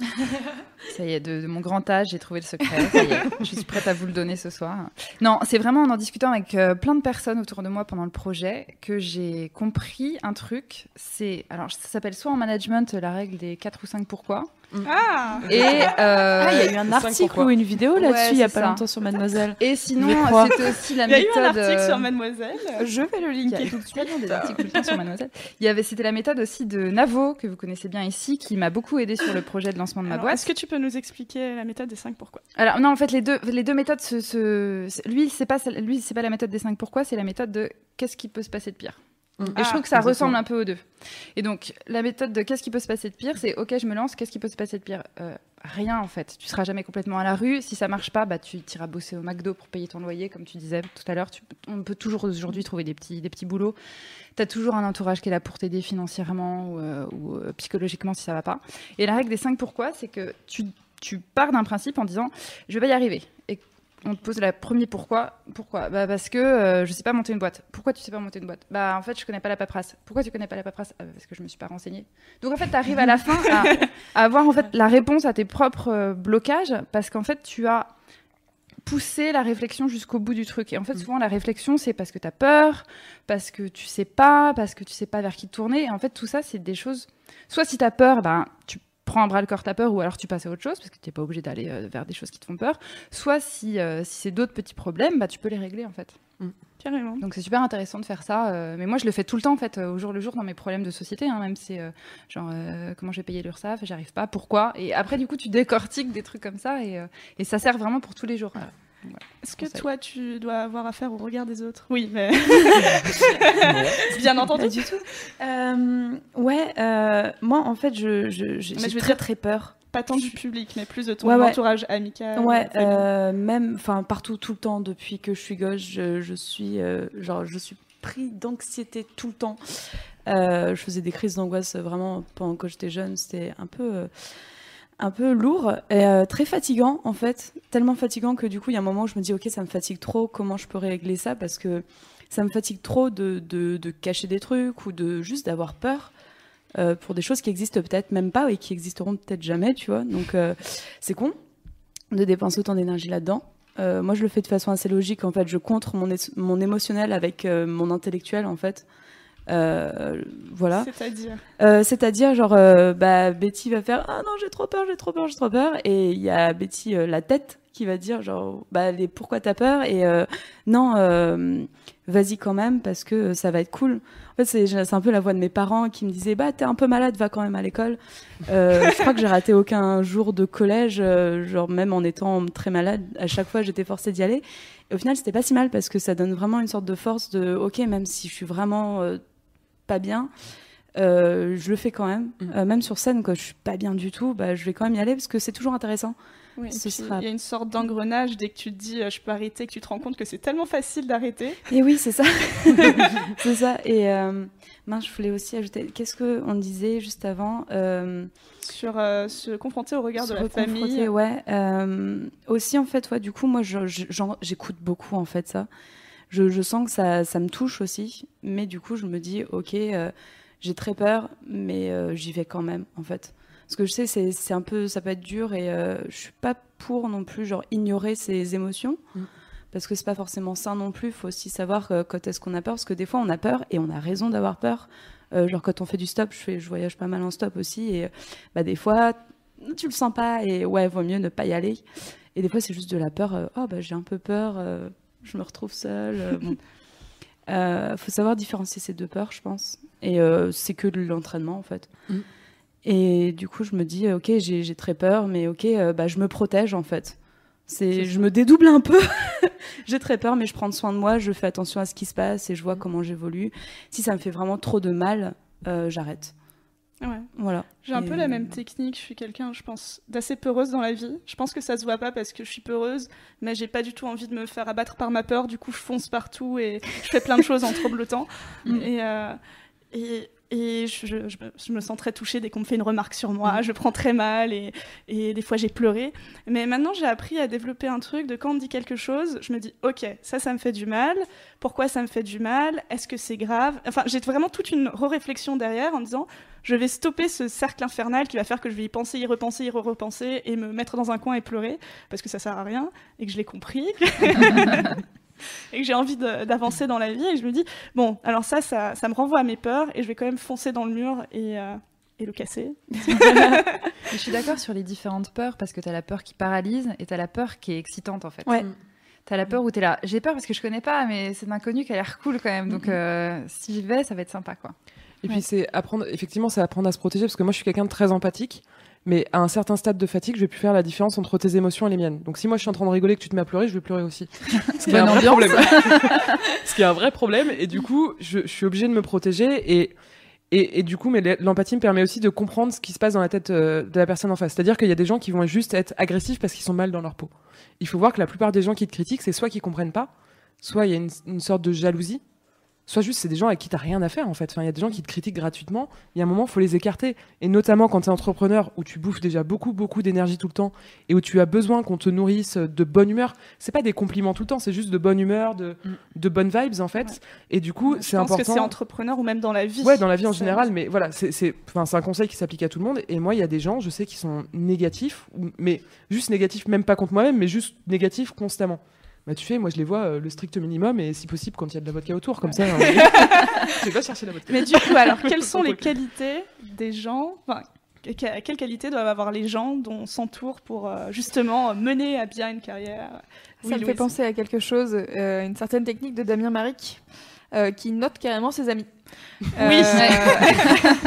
Ça y est, de, de mon grand âge, j'ai trouvé le secret. Ça y est, je suis prête à vous le donner ce soir. Non, c'est vraiment en en discutant avec euh, plein de personnes autour de moi pendant le projet que j'ai compris un truc. C'est. Alors, ça s'appelle soit en management la règle des quatre ou cinq pourquoi. Ah Et euh, ah, il y a eu un article ou une vidéo là-dessus ouais, il y a pas ça. longtemps sur Mademoiselle. Et sinon, c'était aussi la il y a méthode. Il y a eu un article sur Mademoiselle. Je vais le linker tout de suite. Il y a des articles tout le temps sur Mademoiselle. Il y avait, c'était la méthode aussi de Navo que vous connaissez bien ici, qui m'a beaucoup aidée sur le projet de lancement de ma Alors, boîte. Est-ce que tu peux nous expliquer la méthode des cinq pourquoi? Alors non, en fait, les deux, les deux méthodes, se, se... lui, c'est pas, lui, c'est pas la méthode des cinq pourquoi, c'est la méthode de qu'est-ce qui peut se passer de pire. Et ah, je trouve que ça exactement. ressemble un peu aux deux. Et donc, la méthode de qu'est-ce qui peut se passer de pire, c'est ok, je me lance, qu'est-ce qui peut se passer de pire euh, Rien en fait. Tu seras jamais complètement à la rue. Si ça marche pas, bah, tu iras bosser au McDo pour payer ton loyer, comme tu disais tout à l'heure. Tu, on peut toujours aujourd'hui trouver des petits, des petits boulots. Tu as toujours un entourage qui est là pour t'aider financièrement ou, euh, ou euh, psychologiquement si ça va pas. Et la règle des cinq pourquoi, c'est que tu, tu pars d'un principe en disant je vais y arriver. Et on te pose le premier pourquoi. Pourquoi bah parce que euh, je sais pas monter une boîte. Pourquoi tu sais pas monter une boîte? Bah en fait je connais pas la paperasse. Pourquoi tu connais pas la paperasse? ah, Parce que je me suis pas renseignée. Donc en fait tu arrives à la fin à, à avoir en fait la réponse à tes propres euh, blocages parce qu'en fait tu as poussé la réflexion jusqu'au bout du truc. Et en fait souvent la réflexion c'est parce que tu as peur, parce que tu sais pas, parce que tu sais pas vers qui te tourner. Et en fait tout ça c'est des choses. Soit si tu as peur, ben tu prends un bras le corps ta peur ou alors tu passes à autre chose parce que tu n'es pas obligé d'aller euh, vers des choses qui te font peur. Soit si, euh, si c'est d'autres petits problèmes, bah, tu peux les régler en fait. Mmh. Carrément. Donc c'est super intéressant de faire ça. Euh, mais moi je le fais tout le temps en fait, euh, au jour le jour dans mes problèmes de société. Hein, même c'est euh, genre euh, comment je vais payer l'URSSAF, j'arrive pas, pourquoi. Et après du coup tu décortiques des trucs comme ça et, euh, et ça sert vraiment pour tous les jours. Voilà. Voilà, Est-ce que toi, tu dois avoir affaire au regard des autres? Oui, mais... Bien entendu. Pas du tout. Euh, ouais, euh, moi, en fait, je, je, j'ai, j'ai très, très peur Pas tant du public, mais plus de ton Ouais, ouais. entourage amical. Ouais, famille. euh, même, enfin partout, tout le temps, depuis que je suis gosse, je, je suis, euh, genre, je suis pris d'anxiété tout le temps. Euh, je faisais des crises d'angoisse vraiment pendant que j'étais jeune. C'était un peu, euh, un peu lourd et euh, très fatigant en fait. Tellement fatigant que du coup, il y a un moment où je me dis, ok, ça me fatigue trop. Comment je peux régler ça? Parce que ça me fatigue trop de, de, de cacher des trucs ou de juste d'avoir peur. Euh, pour des choses qui existent peut-être même pas et qui existeront peut-être jamais, tu vois. Donc euh, c'est con de dépenser autant d'énergie là-dedans. Euh, moi, je le fais de façon assez logique. En fait, je contre mon, é- mon émotionnel avec euh, mon intellectuel, en fait. Euh, voilà. C'est-à-dire Euh, c'est-à-dire, genre, euh, bah, Betty va faire « Ah non, j'ai trop peur, j'ai trop peur, j'ai trop peur ». Et il y a Betty, euh, la tête, qui va dire genre bah, les, « Pourquoi t'as peur ?» Et euh, « Non, euh, vas-y quand même, parce que ça va être cool ». En fait, c'est, c'est un peu la voix de mes parents qui me disaient « Bah, t'es un peu malade, va quand même à l'école euh, ». Je crois que j'ai raté aucun jour de collège, euh, genre même en étant très malade, à chaque fois, j'étais forcée d'y aller. Et au final, c'était pas si mal, parce que ça donne vraiment une sorte de force de « Ok, même si je suis vraiment euh, pas bien », Euh, je le fais quand même, mmh. euh, même sur scène quand je suis pas bien du tout, bah, je vais quand même y aller parce que c'est toujours intéressant. Oui, Ce il sera... y a une sorte d'engrenage dès que tu te dis euh, je peux arrêter, que tu te rends compte que c'est tellement facile d'arrêter. Et oui, c'est ça. C'est ça. Et euh, mince, je voulais aussi ajouter, qu'est-ce qu'on disait juste avant euh, sur euh, se confronter au regard de la famille. Ouais. Euh, aussi en fait, ouais, du coup, moi, je, je, j'écoute beaucoup en fait ça. Je, je sens que ça, ça me touche aussi, mais du coup, je me dis ok. Euh, J'ai très peur, mais euh, j'y vais quand même, en fait. Parce que je sais, c'est, c'est un peu, ça peut être dur et euh, je suis pas pour non plus, genre, ignorer ses émotions. Mm. Parce que c'est pas forcément sain non plus. Il faut aussi savoir euh, quand est-ce qu'on a peur. Parce que des fois, on a peur et on a raison d'avoir peur. Euh, genre, quand on fait du stop, je, fais, je voyage pas mal en stop aussi. Et bah, des fois, tu le sens pas et ouais, vaut mieux ne pas y aller. Et des fois, c'est juste de la peur. Euh, oh, bah, j'ai un peu peur. Euh, je me retrouve seule. Euh, bon. Euh, faut savoir différencier ces deux peurs, je pense. Et euh, c'est que de l'entraînement, en fait. Mm. Et du coup, je me dis, ok, j'ai, j'ai très peur, mais ok, euh, bah, je me protège, en fait. C'est, c'est je me dédouble un peu. J'ai très peur, mais je prends soin de moi, je fais attention à ce qui se passe et je vois mm. comment j'évolue. Si ça me fait vraiment trop de mal, euh, j'arrête. Ouais. Voilà. J'ai un et... peu la même technique. Je suis quelqu'un, je pense, d'assez peureuse dans la vie. Je pense que ça se voit pas parce que je suis peureuse, mais j'ai pas du tout envie de me faire abattre par ma peur. Du coup, je fonce partout et je fais plein de choses en tremblotant. Mm. Et, euh, et, et je, je, je, je me sens très touchée dès qu'on me fait une remarque sur moi. Mm. Je prends très mal et, et des fois j'ai pleuré. Mais maintenant, j'ai appris à développer un truc de quand on me dit quelque chose, je me dis ok, ça, ça me fait du mal. Pourquoi ça me fait du mal? Est-ce que c'est grave? Enfin, j'ai vraiment toute une réflexion derrière en disant je vais stopper ce cercle infernal qui va faire que je vais y penser, y repenser, y repenser et me mettre dans un coin et pleurer parce que ça sert à rien et que je l'ai compris. Et que j'ai envie de, d'avancer dans la vie et je me dis bon alors ça, ça ça me renvoie à mes peurs et je vais quand même foncer dans le mur et, euh, et le casser. Je suis d'accord sur les différentes peurs parce que t'as la peur qui paralyse et t'as la peur qui est excitante en fait. Ouais. T'as la peur où t'es là j'ai peur parce que je connais pas mais c'est l'inconnu qui a l'air cool quand même donc euh, si j'y vais ça va être sympa quoi. Et ouais. puis c'est apprendre effectivement c'est apprendre à se protéger parce que moi je suis quelqu'un de très empathique. Mais à un certain stade de fatigue, je vais plus faire la différence entre tes émotions et les miennes. Donc si moi je suis en train de rigoler et que tu te mets à pleurer, je vais pleurer aussi. Ce qui est un vrai problème. Ce qui est un vrai problème. Et du coup, je, je suis obligée de me protéger. Et, et, et du coup, mais l'empathie me permet aussi de comprendre ce qui se passe dans la tête euh, de la personne en face. C'est-à-dire qu'il y a des gens qui vont juste être agressifs parce qu'ils sont mal dans leur peau. Il faut voir que la plupart des gens qui te critiquent, c'est soit qu'ils comprennent pas, soit il y a une, une sorte de jalousie. Soit juste c'est des gens avec qui t'as rien à faire en fait. Enfin, il y a des gens qui te critiquent gratuitement. Il y a un moment, il faut les écarter. Et notamment quand t'es entrepreneur où tu bouffes déjà beaucoup beaucoup d'énergie tout le temps et où tu as besoin qu'on te nourrisse de bonne humeur. C'est pas des compliments tout le temps, c'est juste de bonne humeur, de, mm. de bonnes vibes en fait. Ouais. Et du coup, Je c'est pense important. que c'est entrepreneur ou même dans la vie. Ouais, dans la vie en général. Mais voilà, c'est c'est, enfin, c'est un conseil qui s'applique à tout le monde. Et moi, il y a des gens, je sais, qui sont négatifs, mais juste négatifs, même pas contre moi-même, mais juste négatifs constamment. Bah tu fais, moi je les vois euh, le strict minimum et si possible quand il y a de la vodka autour, comme ça. Hein, je vais pas chercher la vodka. Mais du coup, alors quelles sont les qualités des gens, enfin, quelles qualités doivent avoir les gens dont on s'entoure pour euh, justement mener à bien une carrière? Ça oui, me Louise. fait penser à quelque chose, euh, une certaine technique de Damien Maric euh, qui note carrément ses amis. Oui. Euh,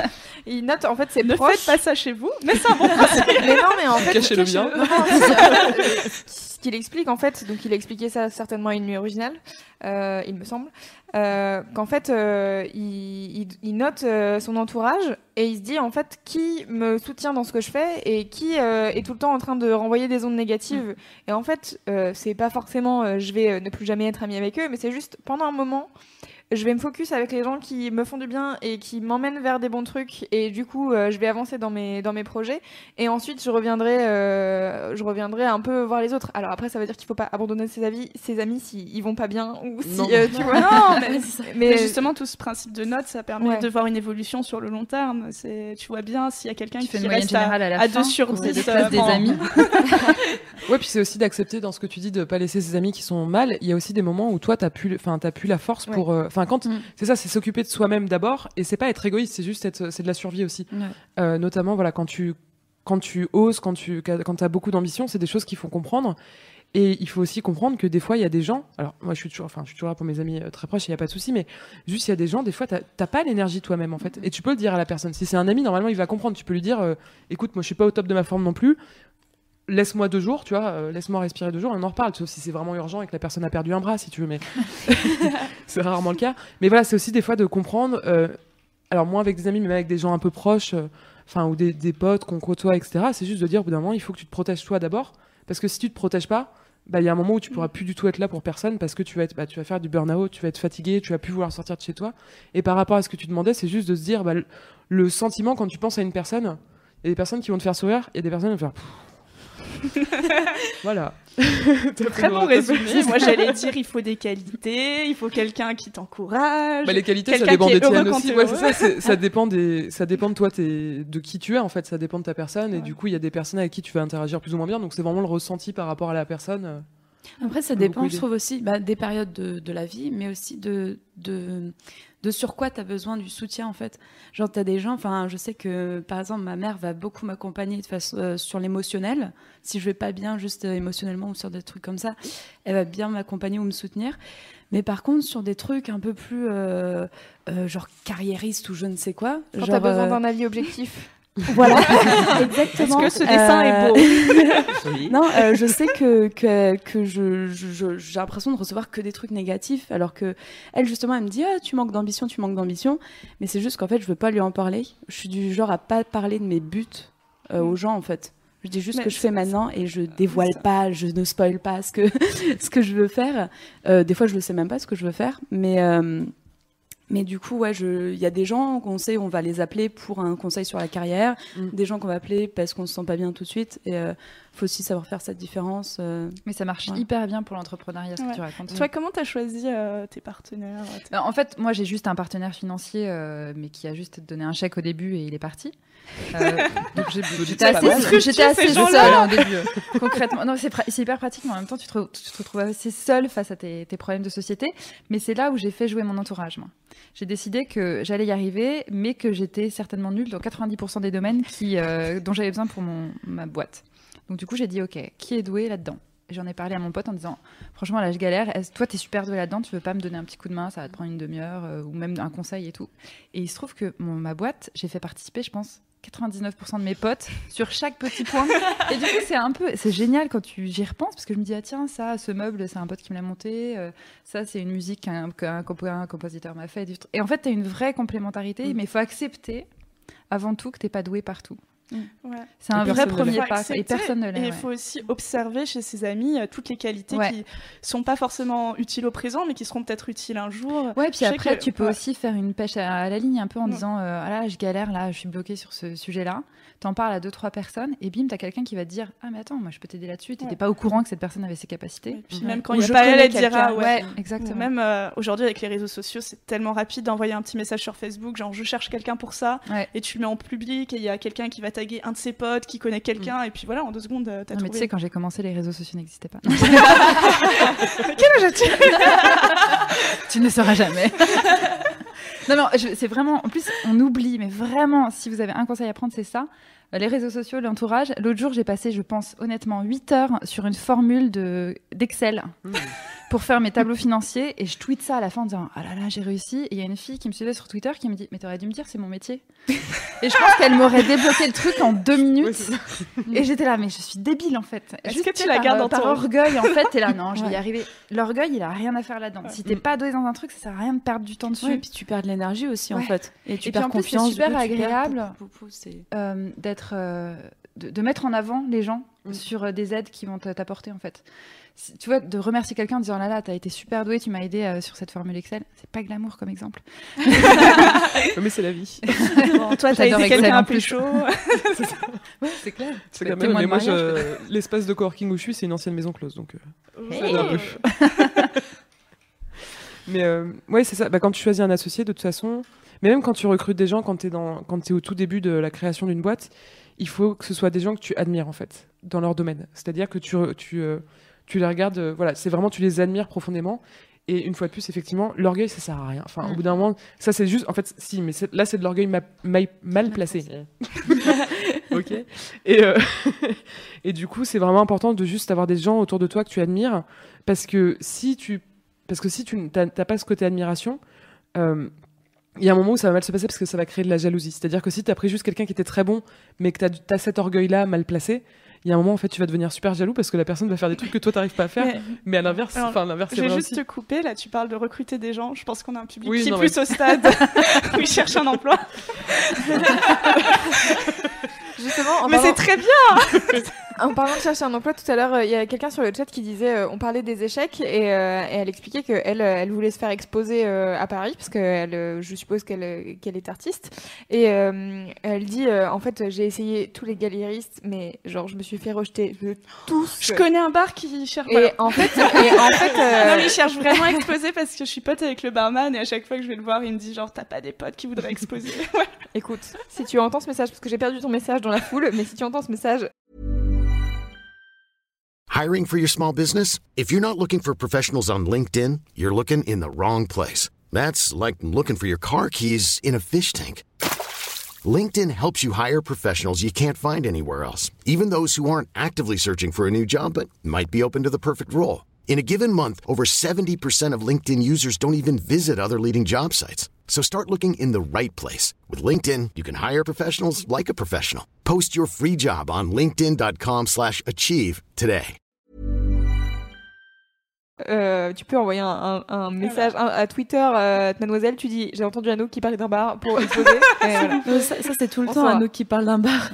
il note en fait ses Ne proches. faites pas ça chez vous, mais c'est un bon principe. Mais non, mais en fait, Cachez-le bien. Non, non, c'est- ce qu'il explique en fait, donc il a expliqué ça certainement à une nuit originale, euh, il me semble, euh, qu'en fait euh, il, il- il note euh, son entourage et il se dit en fait qui me soutient dans ce que je fais et qui euh, est tout le temps en train de renvoyer des ondes négatives. Et en fait, euh, c'est pas forcément euh, je vais euh, ne plus jamais être ami avec eux, mais c'est juste pendant un moment. Je vais me focus avec les gens qui me font du bien et qui m'emmènent vers des bons trucs et du coup euh, je vais avancer dans mes dans mes projets et ensuite je reviendrai euh, je reviendrai un peu voir les autres. Alors après ça veut dire qu'il faut pas abandonner ses amis ses amis s'ils vont pas bien ou si Non. euh, tu vois. Non, mais, Mais, mais justement, tout ce principe de note, ça permet Ouais. de voir une évolution sur le long terme. C'est, tu vois bien s'il y a quelqu'un Tu qui fais une moyenne reste à, générale à la à fin, deux sur conseil de dix. classe des euh, amis. Ouais, puis c'est aussi d'accepter dans ce que tu dis de pas laisser ses amis qui sont mal. Il y a aussi des moments où toi, t'as plus, enfin, t'as plus la force pour, enfin, quand, Mm. c'est ça, c'est s'occuper de soi-même d'abord, et c'est pas être égoïste, c'est juste être, c'est de la survie aussi. Ouais. Euh, notamment, voilà, quand tu, quand tu oses, quand tu, quand t'as beaucoup d'ambition, c'est des choses qu'il faut comprendre. Et il faut aussi comprendre que des fois, il y a des gens. Alors, moi, je suis toujours, enfin, je suis toujours là pour mes amis euh, très proches, il y a pas de souci, mais juste, il y a des gens, des fois, t'as t'as pas l'énergie toi-même, en fait. Et tu peux le dire à la personne. Si c'est un ami, normalement, il va comprendre. Tu peux lui dire, euh, écoute, moi, je suis pas au top de ma forme non plus. Laisse-moi deux jours, tu vois, euh, laisse-moi respirer deux jours, et on en reparle, sauf si c'est vraiment urgent et que la personne a perdu un bras, si tu veux, mais c'est rarement le cas. Mais voilà, c'est aussi des fois de comprendre, euh, alors moins avec des amis, mais avec des gens un peu proches, euh, enfin, ou des, des potes qu'on côtoie, et cetera. C'est juste de dire, au bout d'un moment, il faut que tu te protèges toi d'abord, parce que si tu te protèges pas, bah, il y a un moment où tu pourras plus du tout être là pour personne, parce que tu vas, être, bah, tu vas faire du burn-out, tu vas être fatigué, tu vas plus vouloir sortir de chez toi. Et par rapport à ce que tu demandais, c'est juste de se dire, bah, le, le sentiment quand tu penses à une personne, il y a des personnes qui vont te faire sourire, et des personnes qui vont te faire... Voilà. Très bon résumé. Moi, j'allais dire, il faut des qualités, il faut quelqu'un qui t'encourage. Bah, les qualités, ça Quelqu'un dépend qui des est heureux tiennes quand aussi. t'es Ouais, c'est heureux. ça, c'est- ça dépend des, ça dépend de toi, t'es- de qui tu es en fait. Ça dépend de ta personne et Ouais. du coup, il y a des personnes avec qui tu vas interagir plus ou moins bien. Donc c'est vraiment le ressenti par rapport à la personne. euh. Après, ça peut dépend, beaucoup je aider. trouve aussi, bah, des périodes de, de la vie, mais aussi de, de, de sur quoi tu as besoin du soutien, en fait. Genre, tu as des gens, enfin, je sais que, par exemple, ma mère va beaucoup m'accompagner de façon, euh, sur l'émotionnel. Si je vais pas bien, juste euh, émotionnellement ou sur des trucs comme ça, elle va bien m'accompagner ou me soutenir. Mais par contre, sur des trucs un peu plus, euh, euh, genre, carriéristes ou je ne sais quoi. Quand genre, t'as besoin euh, d'un avis objectif. Voilà, exactement. Est-ce que ce dessin est beau beau Non, euh, je sais que, que, que je, je- je- j'ai l'impression de recevoir que des trucs négatifs, alors que elle, justement, elle me dit ah, tu manques d'ambition, tu manques d'ambition. Mais c'est juste qu'en fait, je veux pas lui en parler. Je suis du genre à pas parler de mes buts euh, aux gens, en fait. Je dis juste Mais ce que je c'est- fais maintenant et je dévoile ça. pas, je ne spoil pas ce que, ce que je veux faire. Euh, des fois, je ne sais même pas ce que je veux faire, mais. euh, Mais du coup, ouais, je... il y a des gens qu'on sait, on va les appeler pour un conseil sur la carrière, Mm. des gens qu'on va appeler parce qu'on se sent pas bien tout de suite. Et euh, faut aussi savoir faire cette différence. euh. Mais ça marche Ouais. hyper bien pour l'entrepreneuriat, ce Ouais. que tu racontes. Toi, comment t'as choisi euh, tes partenaires tes- Ben, en fait, moi, j'ai juste un partenaire financier, euh, mais qui a juste donné un chèque au début et il est parti. Euh, donc j'ai- j'étais pas assez, mal. j'étais Ces assez gens-là. seule au début. euh, concrètement, non, c'est, pra- c'est hyper pratique, mais en même temps, tu te, re- tu te retrouves assez seule face à tes, tes problèmes de société. Mais c'est là où j'ai fait jouer mon entourage. Moi, j'ai décidé que j'allais y arriver, mais que j'étais certainement nulle dans quatre-vingt-dix pour cent des domaines qui, euh, dont j'avais besoin pour mon, ma boîte. Donc du coup, j'ai dit ok, qui est doué là-dedans? Et j'en ai parlé à mon pote en disant franchement là je galère, Est-ce- toi t'es super doué là-dedans, tu veux pas me donner un petit coup de main, ça va te prendre une demi-heure euh, ou même un conseil et tout. Et il se trouve que mon, ma boîte, j'ai fait participer je pense quatre-vingt-dix-neuf pour cent de mes potes sur chaque petit point. Et du coup c'est un peu, c'est génial quand tu j'y repense parce que je me dis ah tiens ça, ce meuble c'est un pote qui me l'a monté, euh, ça c'est une musique qu'un, qu'un compo- un compositeur m'a fait. Et en fait t'as une vraie complémentarité, Mm. mais il faut accepter avant tout que t'es pas doué partout. Ouais. C'est un Et vrai personne ne premier Il faut pas accepter, et personne ne l'est. Et il ouais. faut aussi observer chez ses amis euh, toutes les qualités Ouais. qui sont pas forcément utiles au présent, mais qui seront peut-être utiles un jour. Ouais, puis Je sais après, que- tu peux ouais. aussi faire une pêche à, à la ligne un peu en Mm. disant euh, ah là, je galère, là, je suis bloquée sur ce sujet-là. T'en parles à deux, trois personnes et bim, t'as quelqu'un qui va te dire ah, mais attends, moi je peux t'aider là-dessus. T'étais Ouais. pas au courant que cette personne avait ses capacités. Et puis Mhm. même quand Ou il n'y a je pas elle, connais elle dira quelqu'un. ouais. Ouais, exactement. Même euh, aujourd'hui avec les réseaux sociaux, c'est tellement rapide d'envoyer un petit message sur Facebook, genre je cherche quelqu'un pour ça, Ouais. et tu le mets en public, et il y a quelqu'un qui va taguer un de ses potes qui connaît quelqu'un, et puis voilà, en deux secondes, euh, t'as Non, mais tu trouvé. sais, quand j'ai commencé, les réseaux sociaux n'existaient pas. Quel âge as-tu Tu ne le sauras jamais. Non, mais je- c'est vraiment. En plus, on oublie, mais vraiment, si vous avez un conseil à prendre, c'est ça. Euh, Les réseaux sociaux, l'entourage. L'autre jour, j'ai passé, je pense, honnêtement, huit heures sur une formule de, d'Excel. Mmh. pour faire mes tableaux financiers et je tweete ça à la fin en disant ah là là j'ai réussi et il y a une fille qui me suivait sur Twitter qui me dit mais t'aurais dû me dire c'est mon métier et je pense qu'elle m'aurait débloqué le truc en deux minutes et j'étais là mais je suis débile en fait. Est-ce Juste que tu la gardes dans par ton orgueil en fait t'es là non je vais Ouais. y arriver. L'orgueil il a rien à faire là-dedans. Ouais. Si t'es pas doué dans un truc ça sert à rien de perdre du temps dessus. Ouais, et puis tu perds de l'énergie aussi en Ouais. fait. Et tu Et puis, perds en plus, c'est confiance. super du coup, tu perds agréable. pou- pou- pou- c'est- Euh, d'être euh, de, de mettre en avant les gens Mm. sur euh, des aides qui vont te- t'apporter en fait. Si- tu vois, de remercier quelqu'un en disant là là t'as été super doué, tu m'as aidé euh, sur cette formule Excel, c'est pas glamour comme exemple. Mais c'est la vie. Bon, toi, t'as J'adore été Excel quelqu'un en un peu plus. chaud. Ouais, c'est clair. C'est Le quand même, témoin mais de moi, mariage. je- l'espace de coworking où je suis, c'est une ancienne maison close, donc euh, ça aide un peu. Mais euh, ouais, c'est ça. Bah, quand tu choisis un associé, de toute façon, mais même quand tu recrutes des gens, quand tu es, es au tout début de la création d'une boîte, il faut que ce soit des gens que tu admires, en fait, dans leur domaine. C'est-à-dire que tu, tu, euh, tu les regardes, euh, voilà, c'est vraiment, tu les admires profondément. Et une fois de plus, effectivement, l'orgueil, ça sert à rien. Enfin, Mm. au bout d'un moment, ça, c'est juste, en fait, si, mais c'est- là, c'est de l'orgueil ma- ma- mal placé. Ok. Et, euh, et du coup, c'est vraiment important de juste avoir des gens autour de toi que tu admires, parce que si tu, parce que si tu n'as pas ce côté admiration, euh, il y a un moment où ça va mal se passer parce que ça va créer de la jalousie. C'est-à-dire que si tu as pris juste quelqu'un qui était très bon, mais que tu as cet orgueil-là mal placé, il y a un moment, en fait, tu vas devenir super jaloux parce que la personne va faire des trucs que toi, tu n'arrives pas à faire. Mais, Mais- à l'inverse, Alors, enfin, l'inverse, c'est Je vais vrai juste aussi. te couper, là tu parles de recruter des gens, je pense qu'on a un public Oui, qui est non, plus mais- au stade où ils cherchent un emploi. Justement, en Mais parlant, c'est très bien. en parlant de chercher un emploi, tout à l'heure, euh, il y a quelqu'un sur le chat qui disait, euh, on parlait des échecs et, euh, et elle expliquait qu'elle euh, elle voulait se faire exposer euh, à Paris parce que elle, euh, je suppose qu'elle euh, qu'elle est artiste. Et euh, elle dit, euh, en fait, j'ai essayé tous les galéristes, mais genre, je me suis fait rejeter de tous. Je connais un bar qui cherche. Et voilà. en fait, et en fait, euh, Non mais il cherche vraiment à exposer parce que je suis pote avec le barman et à chaque fois que je vais le voir il me dit genre t'as pas des potes qui voudraient exposer. Ouais. écoute, si tu entends ce message, parce que j'ai perdu ton message dans la foule, mais si tu entends ce message, Hiring for your small business? If you're not looking for professionals on LinkedIn, you're looking in the wrong place. That's like looking for your car keys in a fish tank. LinkedIn helps you hire professionals you can't find anywhere else, even those who aren't actively searching for a new job but might be open to the perfect role. In a given month, over seventy percent of LinkedIn users don't even visit other leading job sites. So start looking in the right place. With LinkedIn, you can hire professionals like a professional. Post your free job on linkedin.com slash achieve today. euh, tu peux envoyer un, un, un message un- à Twitter, euh, mademoiselle, tu dis, j'ai entendu Anouk qui parlait d'un bar pour exposer. Et voilà. Euh, ça, ça, c'est tout le temps Bonsoir. Anouk qui parle d'un bar.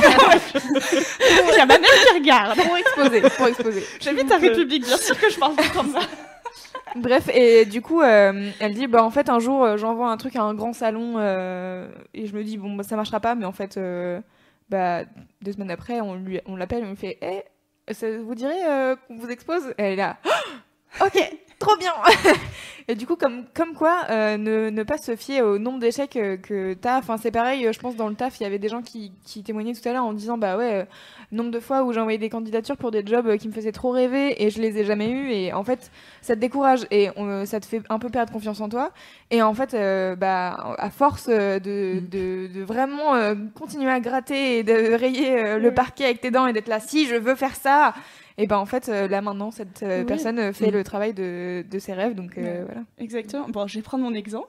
Il y a ma mère qui regarde. Pour exposer, pour exposer. J'habite à République, bien sûr que je parle tout comme ça. Bref, et du coup, euh, elle dit, bah en fait, un jour, euh, j'envoie un truc à un grand salon euh, et je me dis, bon, bah, ça marchera pas, mais en fait, euh, bah, deux semaines après, on, lui, on l'appelle et on lui fait, hé, ça vous dirait euh, qu'on vous expose? Et elle est là, ok, trop bien. Et du coup, comme, comme quoi, euh, ne, ne pas se fier au nombre d'échecs euh, que t'as. Enfin, c'est pareil, euh, je pense, dans le taf, il y avait des gens qui, qui témoignaient tout à l'heure en disant, bah ouais, euh, nombre de fois où j'ai envoyé des candidatures pour des jobs euh, qui me faisaient trop rêver et je les ai jamais eus. Et en fait, ça te décourage et on, ça te fait un peu perdre confiance en toi. Et en fait, euh, bah, à force euh, de, de, de vraiment euh, continuer à gratter et de rayer euh, le Oui. parquet avec tes dents et d'être là, si, je veux faire ça. Et ben en fait, euh, là maintenant, cette euh, Oui. personne euh, fait Mm. le travail de, de ses rêves. Donc euh, Ouais. voilà. Exactement. Bon, je vais prendre mon exemple.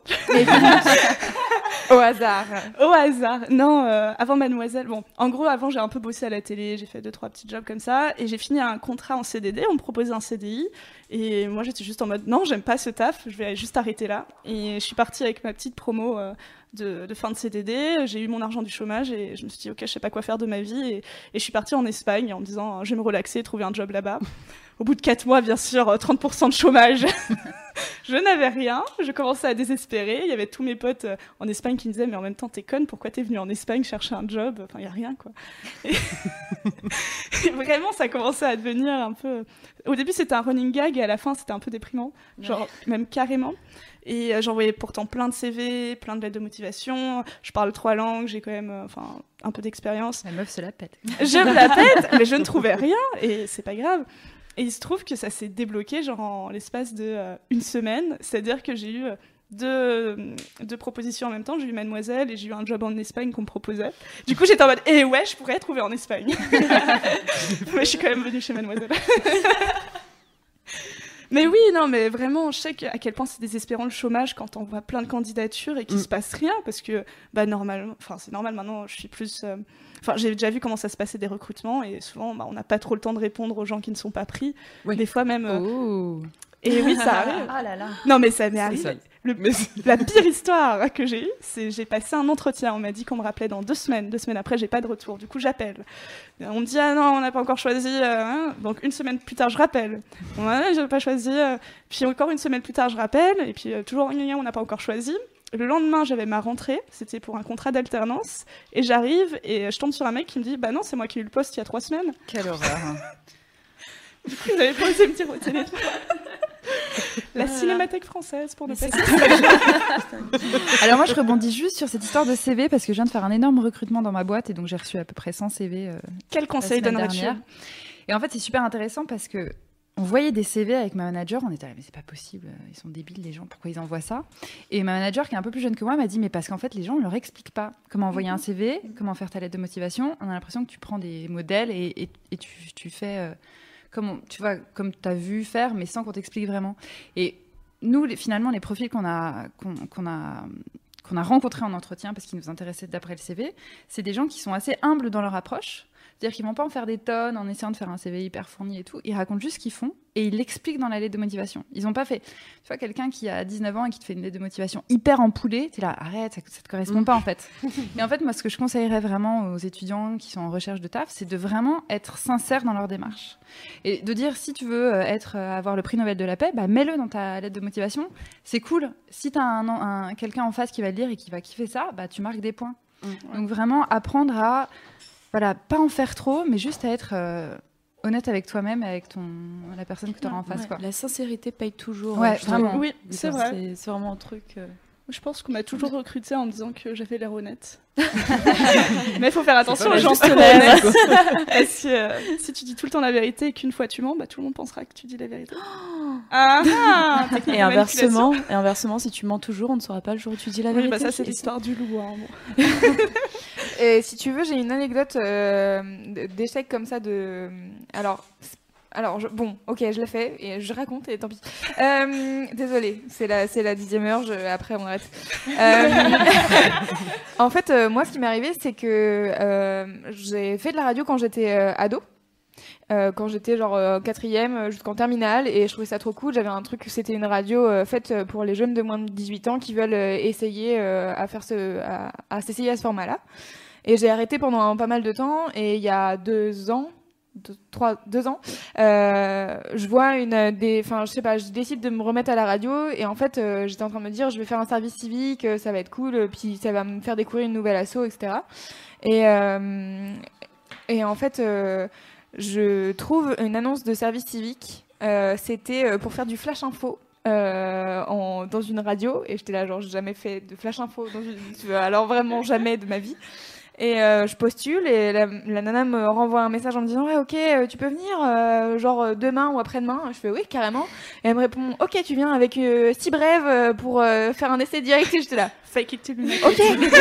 Au hasard. Au hasard. Non, euh, avant Mademoiselle. Bon, en gros, avant, j'ai un peu bossé à la télé, j'ai fait deux, trois petits jobs comme ça, et j'ai fini un contrat en C D D. On me proposait un C D I, et moi, j'étais juste en mode non, j'aime pas ce taf, je vais juste arrêter là. Et je suis partie avec ma petite promo euh, de, de fin de C D D. J'ai eu mon argent du chômage, et je me suis dit, ok, je sais pas quoi faire de ma vie, et, et je suis partie en Espagne en me disant, je vais me relaxer, trouver un job là-bas. Au bout de quatre mois, bien sûr, trente pour cent de chômage. Je n'avais rien, je commençais à désespérer. Il y avait tous mes potes euh, en Espagne qui me disaient, mais en même temps, t'es conne, pourquoi t'es venue en Espagne chercher un job? Enfin, il n'y a rien, quoi. Et... et vraiment, ça commençait à devenir un peu... Au début, c'était un running gag, et à la fin, c'était un peu déprimant. Genre, même carrément. Et euh, j'envoyais pourtant plein de C V, plein de lettres de motivation. Je parle trois langues, j'ai quand même euh, enfin, un peu d'expérience. La meuf se la pète. Je me la pète, mais je ne trouvais rien, et c'est pas grave. Et il se trouve que ça s'est débloqué genre en l'espace de euh, une semaine, c'est-à-dire que j'ai eu euh, deux, deux propositions en même temps. J'ai eu Mademoiselle et j'ai eu un job en Espagne qu'on me proposait. Du coup, j'étais en mode, eh ouais, je pourrais trouver en Espagne. Mais je suis quand même venue chez Mademoiselle. Mais oui, non, mais vraiment, je sais à quel point c'est désespérant le chômage quand on voit plein de candidatures et qu'il Mm. se passe rien, parce que, bah, normalement, enfin, c'est normal maintenant, je suis plus. euh, Enfin, j'ai déjà vu comment ça se passait des recrutements, et souvent, bah, on n'a pas trop le temps de répondre aux gens qui ne sont pas pris. Oui. Des fois même. euh, Oh. Et oui, ça arrive. Ah là là. Non, mais ça m'est C'est arrivé. ça. Le- Mais c'est- La pire histoire que j'ai eue, c'est j'ai passé un entretien. On m'a dit qu'on me rappelait dans deux semaines. Deux semaines après, j'ai pas de retour. Du coup, j'appelle. On me dit ah non, on n'a pas encore choisi. euh, hein. Donc une semaine plus tard, je rappelle. On m'a dit j'ai pas choisi. euh. Puis encore une semaine plus tard, je rappelle. Et puis euh, toujours gna, gna, on n'a pas encore choisi. Le lendemain, j'avais ma rentrée. C'était pour un contrat d'alternance. Et j'arrive et je tombe sur un mec qui me dit bah non, c'est moi qui ai eu le poste il y a trois semaines. Quelle horreur. Du coup, j'avais pas osé me dire au téléphone. La cinémathèque française pour ne pas. Alors moi, je rebondis juste sur cette histoire de C V parce que je viens de faire un énorme recrutement dans ma boîte et donc j'ai reçu à peu près cent C V euh, Quel la conseil semaine donnerais-tu? dernière. Et en fait, c'est super intéressant parce que on voyait des C V avec ma manager, on était là, mais c'est pas possible, ils sont débiles les gens, pourquoi ils envoient ça? Et ma manager, qui est un peu plus jeune que moi, m'a dit, mais parce qu'en fait, les gens ne leur expliquent pas comment envoyer un C V, comment faire ta lettre de motivation. On a l'impression que tu prends des modèles et, et, et tu, tu fais euh, comme, on- tu vois, comme tu as vu faire, mais sans qu'on t'explique vraiment. Et nous, les- finalement, les profils qu'on a, qu'on, qu'on a, qu'on a rencontrés en entretien, parce qu'ils nous intéressaient d'après le C V, c'est des gens qui sont assez humbles dans leur approche. C'est-à-dire qu'ils vont pas en faire des tonnes en essayant de faire un C V hyper fourni et tout. Ils racontent juste ce qu'ils font et ils l'expliquent dans la lettre de motivation. Ils ont pas fait... Tu vois, quelqu'un qui a dix-neuf ans et qui te fait une lettre de motivation hyper empoulée, t'es là, arrête, ça, ça te correspond pas en fait. Et en fait, moi, ce que je conseillerais vraiment aux étudiants qui sont en recherche de taf, c'est de vraiment être sincère dans leur démarche. Et de dire, si tu veux euh, être, euh, avoir le prix Nobel de la paix, bah, mets-le dans ta lettre de motivation. C'est cool. Si t'as un, un, quelqu'un en face qui va le lire et qui va kiffer ça, bah, tu marques des points. Donc vraiment apprendre à... Voilà, pas en faire trop, mais juste à être euh, honnête avec toi-même et avec ton, la personne que tu auras en face. Ouais, quoi. la sincérité paye toujours. Ouais, euh, je trouve. vraiment. Oui, c'est vrai. C'est c'est vraiment un truc. euh, Je pense qu'on m'a toujours recruté en me disant que j'avais l'air honnête. Mais il faut faire attention pas aux gens juste pas honnête. honnêtes. Parce que euh, si tu dis tout le temps la vérité et qu'une fois tu mens, bah, tout le monde pensera que tu dis la vérité. Ah, ah, technique de Et manipulation. inversement, et inversement, si tu mens toujours, on ne saura pas le jour où tu dis la Oui, vérité. bah ça c'est Et l'histoire du loup. Hein, bon. Et si tu veux, j'ai une anecdote euh, d'échec comme ça de. Alors, alors je- bon, ok, je l'ai fait et je raconte et tant pis. Euh, désolée, c'est la, c'est la dixième heure. Je, après, on arrête. Euh, en fait, euh, moi, ce qui m'est arrivé, c'est que euh, j'ai fait de la radio quand j'étais euh, ado. Euh, quand j'étais genre euh, quatrième euh, jusqu'en terminale et je trouvais ça trop cool. J'avais un truc, c'était une radio euh, faite euh, pour les jeunes de moins de dix-huit ans qui veulent euh, essayer euh, à faire ce, à, à s'essayer à ce format-là. Et j'ai arrêté pendant pas mal de temps et il y a deux ans, deux, trois, deux ans, euh, je vois une des, enfin je sais pas, je décide de me remettre à la radio et en fait euh, j'étais en train de me dire je vais faire un service civique, euh, ça va être cool, euh, puis ça va me faire découvrir une nouvelle asso, et cetera. Et euh, et en fait euh, je trouve une annonce de service civique. Euh, c'était euh, pour faire du flash info. Euh, en, dans une radio et j'étais là genre j'ai jamais fait de flash info dans une, alors vraiment jamais de ma vie et euh, je postule et la, la nana me renvoie un message en me disant ouais ok euh, tu peux venir euh, genre euh, demain ou après-demain. Je fais oui carrément et elle me répond ok tu viens avec euh, six brèves euh, pour euh, faire un essai direct et j'étais là Fake it till you make it.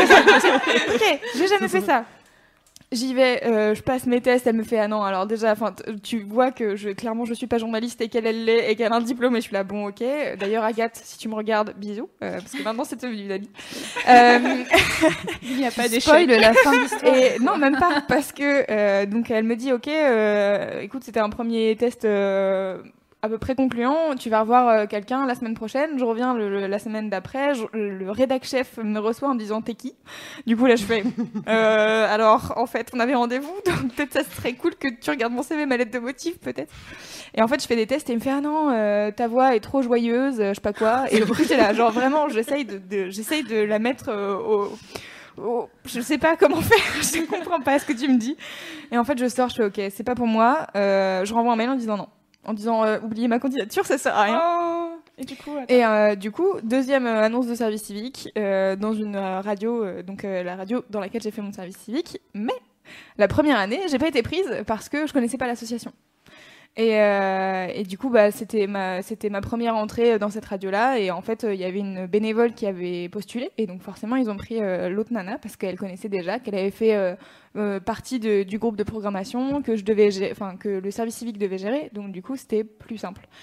ok ok j'ai jamais fait ça. J'y vais, euh, je passe mes tests, elle me fait ah non alors déjà, enfin tu vois que je, clairement je suis pas journaliste et qu'elle elle l'est et qu'elle a un diplôme et je suis là bon ok. D'ailleurs Agathe si tu me regardes bisous euh, parce que maintenant c'est devenu une amie. Euh, Il n'y a pas d'échec. Spoil la fin de l'histoire. et non même pas parce que euh, donc elle me dit ok euh, écoute c'était un premier test euh, à peu près concluant, tu vas revoir euh, quelqu'un la semaine prochaine, je reviens le, le- la semaine d'après, je- le rédac chef me reçoit en me disant t'es qui? Du coup là je fais euh, alors en fait on avait rendez-vous donc peut-être ça serait cool que tu regardes mon C V, ma lettre de motif peut-être. Et en fait je fais des tests et il me fait ah non euh, ta voix est trop joyeuse, euh, je sais pas quoi et du coup j'étais là genre vraiment j'essaye de, de j'essaye de la mettre euh, au Oh, je sais pas comment faire, je comprends pas ce que tu me dis. Et en fait, je sors, je fais ok, c'est pas pour moi. Euh, je renvoie un mail en disant non. En disant euh, oubliez ma candidature, ça sert à rien. Oh. Et du coup, attends. Et euh, du coup, deuxième euh, annonce de service civique euh, dans une euh, radio, euh, donc euh, la radio dans laquelle j'ai fait mon service civique. Mais la première année, j'ai pas été prise parce que je connaissais pas l'association. Et, euh, et du coup, bah, c'était ma, c'était ma première entrée dans cette radio-là. Et en fait, il euh, y avait une bénévole qui avait postulé. Et donc, forcément, ils ont pris euh, l'autre nana parce qu'elle connaissait déjà, qu'elle avait fait euh, euh, partie de, du groupe de programmation que, je devais, gé- enfin, que le service civique devait gérer. Donc, du coup, c'était plus simple.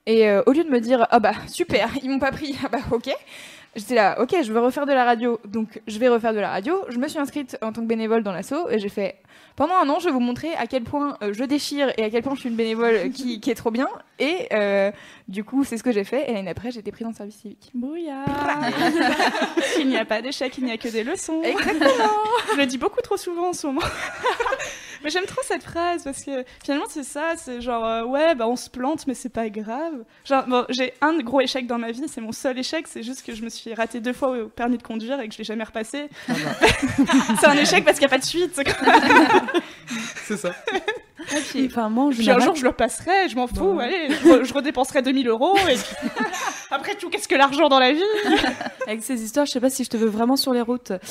Et euh, au lieu de me dire ah bah super, ils m'ont pas pris, ah bah ok, j'étais là, ok, je veux refaire de la radio, donc je vais refaire de la radio. Je me suis inscrite en tant que bénévole dans l'asso et j'ai fait pendant un an, je vais vous montrer à quel point euh, je déchire et à quel point je suis une bénévole qui, qui est trop bien. Et euh, du coup, c'est ce que j'ai fait. Et l'année après, j'ai été prise en service civique. Bouillard. Il n'y a pas d'échec, il n'y a que des leçons. Exactement. Je le dis beaucoup trop souvent en ce moment. Mais j'aime trop cette phrase parce que finalement c'est ça, c'est genre euh, ouais bah on se plante mais c'est pas grave. Genre bon, j'ai un gros échec dans ma vie, c'est mon seul échec, c'est juste que je me suis ratée deux fois au permis de conduire et que je l'ai jamais repassé. Ah bah. C'est un échec parce qu'il y a pas de suite. C'est ça. Ah, puis, enfin, moi, puis un jour je le repasserai, je m'en fous, bon. Allez, je, re- je redépenserai deux mille euros et puis... après tout qu'est-ce que l'argent dans la vie? Avec ces histoires, je sais pas si je te veux vraiment sur les routes. euh,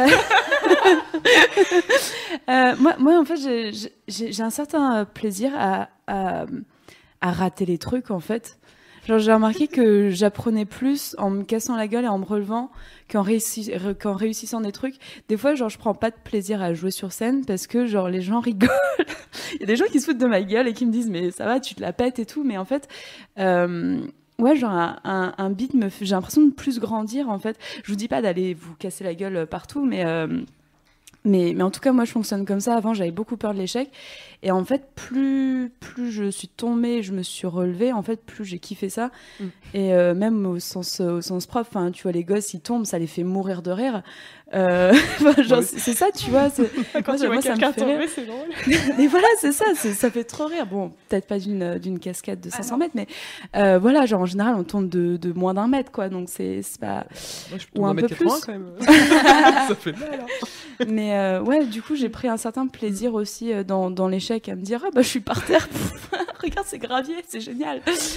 moi, moi, en fait, j'ai, j'ai, j'ai un certain plaisir à, à, à rater les trucs, en fait. Genre, j'ai remarqué que j'apprenais plus en me cassant la gueule et en me relevant qu'en, réussi- qu'en réussissant des trucs. Des fois, genre, je prends pas de plaisir à jouer sur scène parce que, genre, les gens rigolent. Il y a des gens qui se foutent de ma gueule et qui me disent, mais ça va, tu te la pètes et tout. Mais en fait, euh, ouais, genre, un, un, un beat me fait, j'ai l'impression de plus grandir, en fait. Je vous dis pas d'aller vous casser la gueule partout, mais, euh, mais, mais en tout cas, moi, je fonctionne comme ça. Avant, j'avais beaucoup peur de l'échec. Et en fait, plus, plus je suis tombée, je me suis relevée, en fait, plus j'ai kiffé ça. Mm. Et euh, même au sens, au sens propre, hein, tu vois, les gosses, ils tombent, ça les fait mourir de rire. Euh, genre, oui. c'est, c'est ça, tu vois. C'est... Quand moi, tu vois quelqu'un tomber, c'est drôle. Mais voilà, c'est ça, c'est, ça fait trop rire. Bon, peut-être pas d'une, d'une cascade de cinq cents ah mètres, mais euh, voilà, genre en général, on tombe de, de moins d'un mètre, quoi. Donc c'est, c'est pas. Moi, je ou un peu plus. Quand même. Ça fait mal. Alors. Mais euh, ouais, du coup, j'ai pris un certain plaisir aussi euh, dans, dans l'échec à me dire, ah bah je suis par terre, regarde, c'est gravier, c'est génial.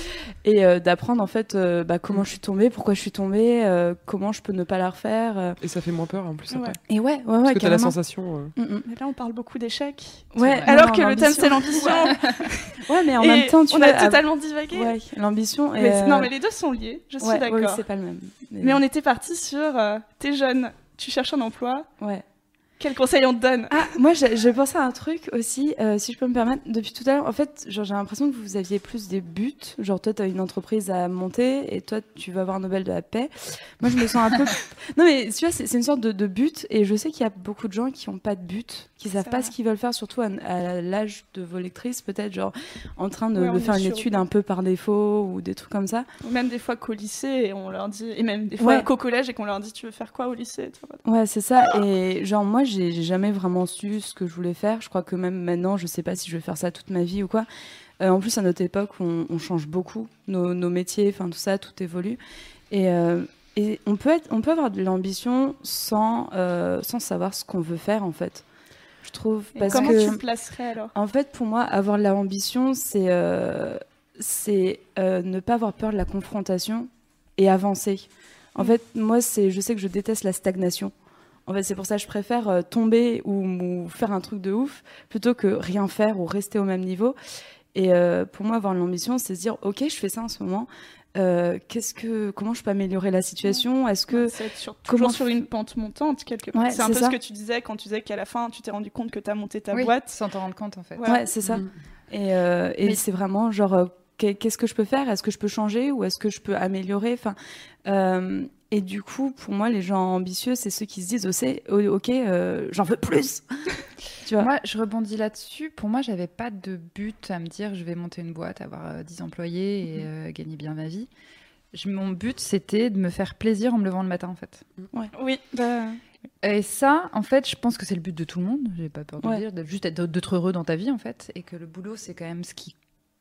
Et euh, d'apprendre en fait euh, bah, comment je suis tombée, pourquoi je suis tombée, euh, comment je peux ne pas la refaire. Euh... Et ça fait moins peur en plus après. Ouais. Et ouais, ouais, ouais. Parce que t'as la sensation. Euh... Mm-hmm. Mais là, on parle beaucoup d'échecs. Ouais. Alors non, que l'ambition. le thème c'est l'ambition. Ouais, mais en et même temps, tu on vois, a totalement divagué. Ouais, l'ambition. Mais euh... Non, mais les deux sont liés. Je suis ouais, d'accord. Oui, c'est pas le même. Mais, mais on était parti sur euh, t'es jeune, tu cherches un emploi. Ouais. Quel conseil on te donne? Ah, moi, j'ai, j'ai pensé à un truc aussi, euh, si je peux me permettre. Depuis tout à l'heure, en fait, genre, j'ai l'impression que vous aviez plus des buts. Genre, toi, t'as une entreprise à monter et toi, tu vas avoir un Nobel de la paix. Moi, je me sens un peu... Non, mais tu vois, c'est, c'est une sorte de, de but. Et je sais qu'il y a beaucoup de gens qui n'ont pas de but, qui savent pas ce qu'ils veulent faire, surtout à, à l'âge de vos lectrices, peut-être, genre, en train de, ouais, de faire une étude un peu par défaut ou des trucs comme ça. Ou même des fois qu'au lycée, et on leur dit... Et même des fois ouais. qu'au collège, et qu'on leur dit, tu veux faire quoi au lycée? Ouais, c'est ça. Et genre, moi, j'ai, j'ai jamais vraiment su ce que je voulais faire. Je crois que même maintenant, je sais pas si je vais faire ça toute ma vie ou quoi. Euh, en plus, à notre époque, on, on change beaucoup. Nos, nos métiers, enfin tout ça, tout évolue. Et, euh, et on, peut être, on peut avoir de l'ambition sans, euh, sans savoir ce qu'on veut faire, en fait. Je trouve. Parce comment que, tu le placerais alors? En fait, pour moi, avoir de l'ambition, c'est, euh, c'est euh, ne pas avoir peur de la confrontation et avancer. En mmh. fait, moi, c'est, je sais que je déteste la stagnation. En fait, c'est pour ça que je préfère euh, tomber ou, ou faire un truc de ouf plutôt que rien faire ou rester au même niveau. Et euh, pour moi, avoir l'ambition, c'est se dire, ok, je fais ça en ce moment. Euh, qu'est-ce que, comment je peux améliorer la situation? Est-ce que c'est être sur, toujours sur une pente montante quelque part. Ouais, c'est un c'est peu ça. Ce que tu disais quand tu disais qu'à la fin, tu t'es rendu compte que t'as monté ta oui, boîte sans t'en rendre compte en fait. Ouais, ouais c'est ça. Mmh. Et, euh, et Mais... c'est vraiment genre, euh, qu'est-ce que je peux faire? Est-ce que je peux changer ou est-ce que je peux améliorer? Enfin. Euh, Et du coup, pour moi, les gens ambitieux, c'est ceux qui se disent aussi, ok, euh, j'en veux plus. Tu vois. Moi, je rebondis là-dessus. Pour moi, j'avais pas de but à me dire, je vais monter une boîte, avoir euh, dix employés et euh, gagner bien ma vie. Je, mon but, c'était de me faire plaisir en me levant le matin, en fait. Ouais. Oui. Bah... Et ça, en fait, je pense que c'est le but de tout le monde. J'ai pas peur de ouais. le dire, de juste être, d'être heureux dans ta vie, en fait, et que le boulot, c'est quand même ce qui,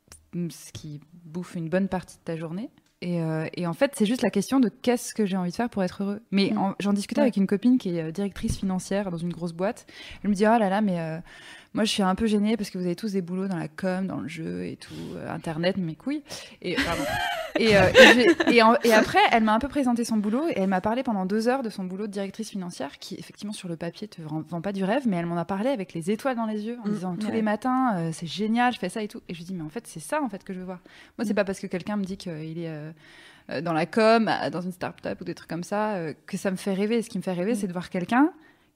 ce qui bouffe une bonne partie de ta journée. Et, euh, et en fait, c'est juste la question de qu'est-ce que j'ai envie de faire pour être heureux. Mais mmh. en, j'en discutais ouais. avec une copine qui est directrice financière dans une grosse boîte. Elle me dit, oh là là, mais euh, moi, je suis un peu gênée parce que vous avez tous des boulots dans la com, dans le jeu et tout, euh, Internet, mes couilles. Et, pardon. et, euh, et, j'ai, et, en, et après, elle m'a un peu présenté son boulot et elle m'a parlé pendant deux heures de son boulot de directrice financière qui, effectivement, sur le papier, te vend, vend pas du rêve, mais elle m'en a parlé avec les étoiles dans les yeux en mmh. disant tous ouais. les matins, euh, c'est génial, je fais ça et tout. Et je lui dis, mais en fait, c'est ça en fait que je veux voir. Moi, c'est mmh. pas parce que quelqu'un me dit qu'il est... Euh, dans la com, dans une start-up ou des trucs comme ça, euh, que ça me fait rêver. Ce qui me fait rêver, mmh. c'est de voir quelqu'un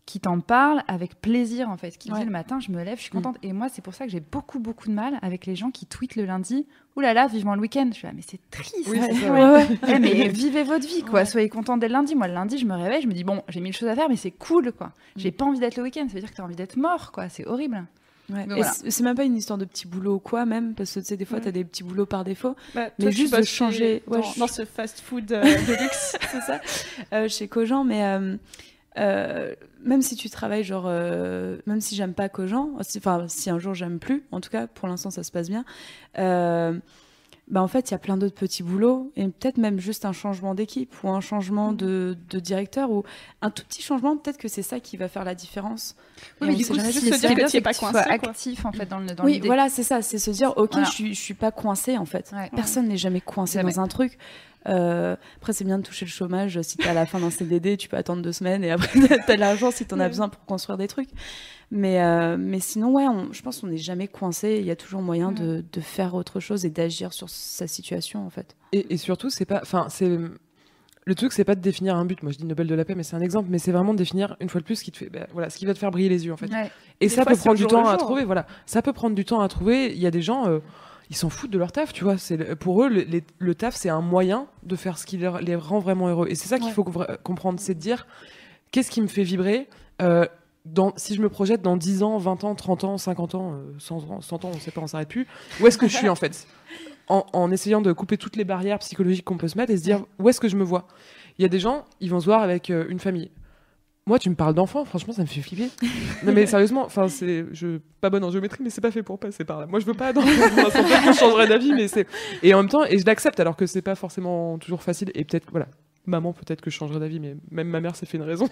qui t'en parlent avec plaisir en fait, qui Ouais. dit le matin je me lève, je suis contente. Et moi c'est pour ça que j'ai beaucoup beaucoup de mal avec les gens qui tweetent le lundi. Ouh là là, vivement le week-end. Je suis là, mais c'est triste. Oui, c'est ça, Ouais, ouais. ouais. Eh, mais vivez votre vie quoi, Ouais. soyez contents dès le lundi. Moi le lundi je me réveille, je me dis bon j'ai mille choses à faire mais c'est cool quoi. J'ai pas envie d'être le week-end, ça veut dire que t'as envie d'être mort quoi, c'est horrible. Ouais. Donc Et voilà. c'est c'est même pas une histoire de petits boulots ou quoi, même, parce que tu sais, des fois, Ouais. t'as des petits boulots par défaut. Bah, Mais toi, juste tu bosses de changer- chez- ouais, dans, je- dans ce fast-food euh, de luxe. C'est ça, euh, chez Cogent, mais euh, euh, même si tu travailles, genre, euh, même si j'aime pas Cogent, enfin, si un jour j'aime plus, en tout cas, pour l'instant, ça se passe bien, euh, bah, en fait, il y a plein d'autres petits boulots, et peut-être même juste un changement d'équipe, ou un changement de, de directeur, ou un tout petit changement, peut-être que c'est ça qui va faire la différence. Et Oui, mais on du sait coup, jamais ce si qui se est dire que bien, t'y es c'est pas que tu sois coincé, quoi. actif en fait dans le dans Oui, l'idée. voilà, c'est ça, c'est se dire, ok, Voilà. je suis, je suis pas coincée en fait. Ouais. Personne n'est jamais coincé Jamais. dans un truc. Euh, après, c'est bien de toucher le chômage. Si t'es à la fin d'un C D D, tu peux attendre deux semaines et après t'as de l'argent si t'en as Ouais. besoin pour construire des trucs. Mais, euh, mais sinon, ouais, on- je pense qu'on n'est jamais coincé. Il y a toujours moyen de, de faire autre chose et d'agir sur sa situation en fait. Et, et surtout, c'est pas. Enfin, c'est. Le truc, c'est pas de définir un but. Moi, je dis Nobel de la paix, mais c'est un exemple. Mais c'est vraiment de définir, une fois de plus, ce qui te fait. bah, voilà, ce qui va te faire briller les yeux, en fait. Ouais. Et Des ça fois, peut c'est prendre au du jour temps le à jour. trouver. Voilà, ça peut prendre du temps à trouver. Il y a des gens, euh, ils s'en foutent de leur taf, tu vois. C'est le- pour eux, le, les- le taf, c'est un moyen de faire ce qui leur- les rend vraiment heureux. Et c'est ça qu'il Ouais. faut vra- comprendre, c'est de dire qu'est-ce qui me fait vibrer. euh, dans, si je me projette dans dix ans, vingt ans, trente ans, cinquante ans, euh, cent ans, cent ans, on sait pas, on s'arrête plus. Où est-ce que je suis en fait en, en essayant de couper toutes les barrières psychologiques qu'on peut se mettre et se dire où est-ce que je me vois. Il y a des gens, ils vont se voir avec euh, une famille. Moi, tu me parles d'enfants, franchement, ça me fait flipper. Non, mais sérieusement, enfin, c'est, je, pas bonne en géométrie, mais c'est pas fait pour passer par là. Moi, je veux pas d'enfants. Enfin, peut-être que je changerais d'avis, mais c'est. Et en même temps, et je l'accepte, alors que c'est pas forcément toujours facile. Et peut-être, voilà, maman, peut-être que je changerais d'avis, mais même ma mère s'est fait une raison.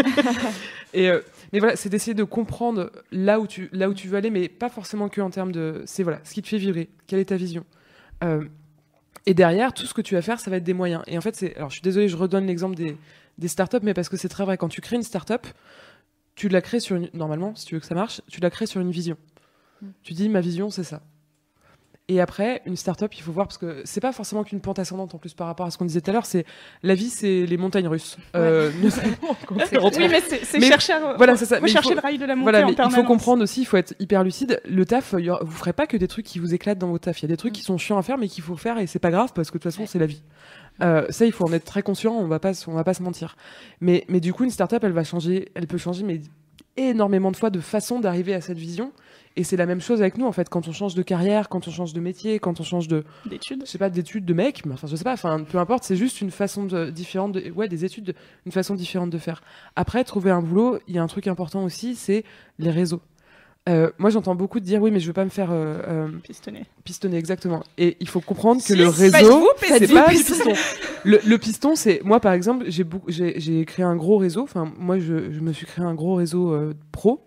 et euh, mais voilà, c'est d'essayer de comprendre là où tu, là où tu veux aller, mais pas forcément que en termes de. C'est voilà, ce qui te fait vibrer. Quelle est ta vision euh, Et derrière, tout ce que tu vas faire, ça va être des moyens. Et en fait, c'est. Alors, je suis désolée, je redonne l'exemple des, des startups, mais parce que c'est très vrai. Quand tu crées une startup, tu la crées sur une. Normalement, si tu veux que ça marche, tu la crées sur une vision. Mm. Tu dis, ma vision, c'est ça. Et après, une startup, il faut voir, parce que c'est pas forcément qu'une pente ascendante en plus par rapport à ce qu'on disait tout à l'heure, c'est la vie, c'est les montagnes russes. Euh, notamment quand t'es rentré- Oui, mais c'est c'est Mais- chercher, à- voilà, c'est ça. faut Mais il chercher faut- le rail de la montée Voilà, en mais il permanence. faut comprendre aussi, il faut être hyper lucide. Le taf, il y aura- vous ferez pas que des trucs qui vous éclatent dans vos tafs. Il y a des trucs qui sont chiants à faire, mais qu'il faut faire et c'est pas grave parce que de toute façon, c'est la vie. Euh, ça, il faut en être très conscient. On va pas, se- on va pas se mentir. Mais, mais du coup, une startup, elle va changer, elle peut changer, mais énormément de fois de façon d'arriver à cette vision. Et c'est la même chose avec nous, en fait, quand on change de carrière, quand on change de métier, quand on change de, D'études. je sais pas, d'études de mec, mais enfin, je sais pas, enfin, peu importe, c'est juste une façon de, différente, de, ouais, des études, de- une façon différente de faire. Après, trouver un boulot, il y a un truc important aussi, c'est les réseaux. Euh, moi, j'entends beaucoup de dire, oui, mais je veux pas me faire euh, euh, Pistonné. pistonner, exactement. Et il faut comprendre que Si, le faites-vous réseau, pistonner. c'est pas du piston. Le, le piston, c'est, moi, par exemple, j'ai beaucoup, j'ai, j'ai créé un gros réseau, enfin, moi, je, je me suis créé un gros réseau euh, pro.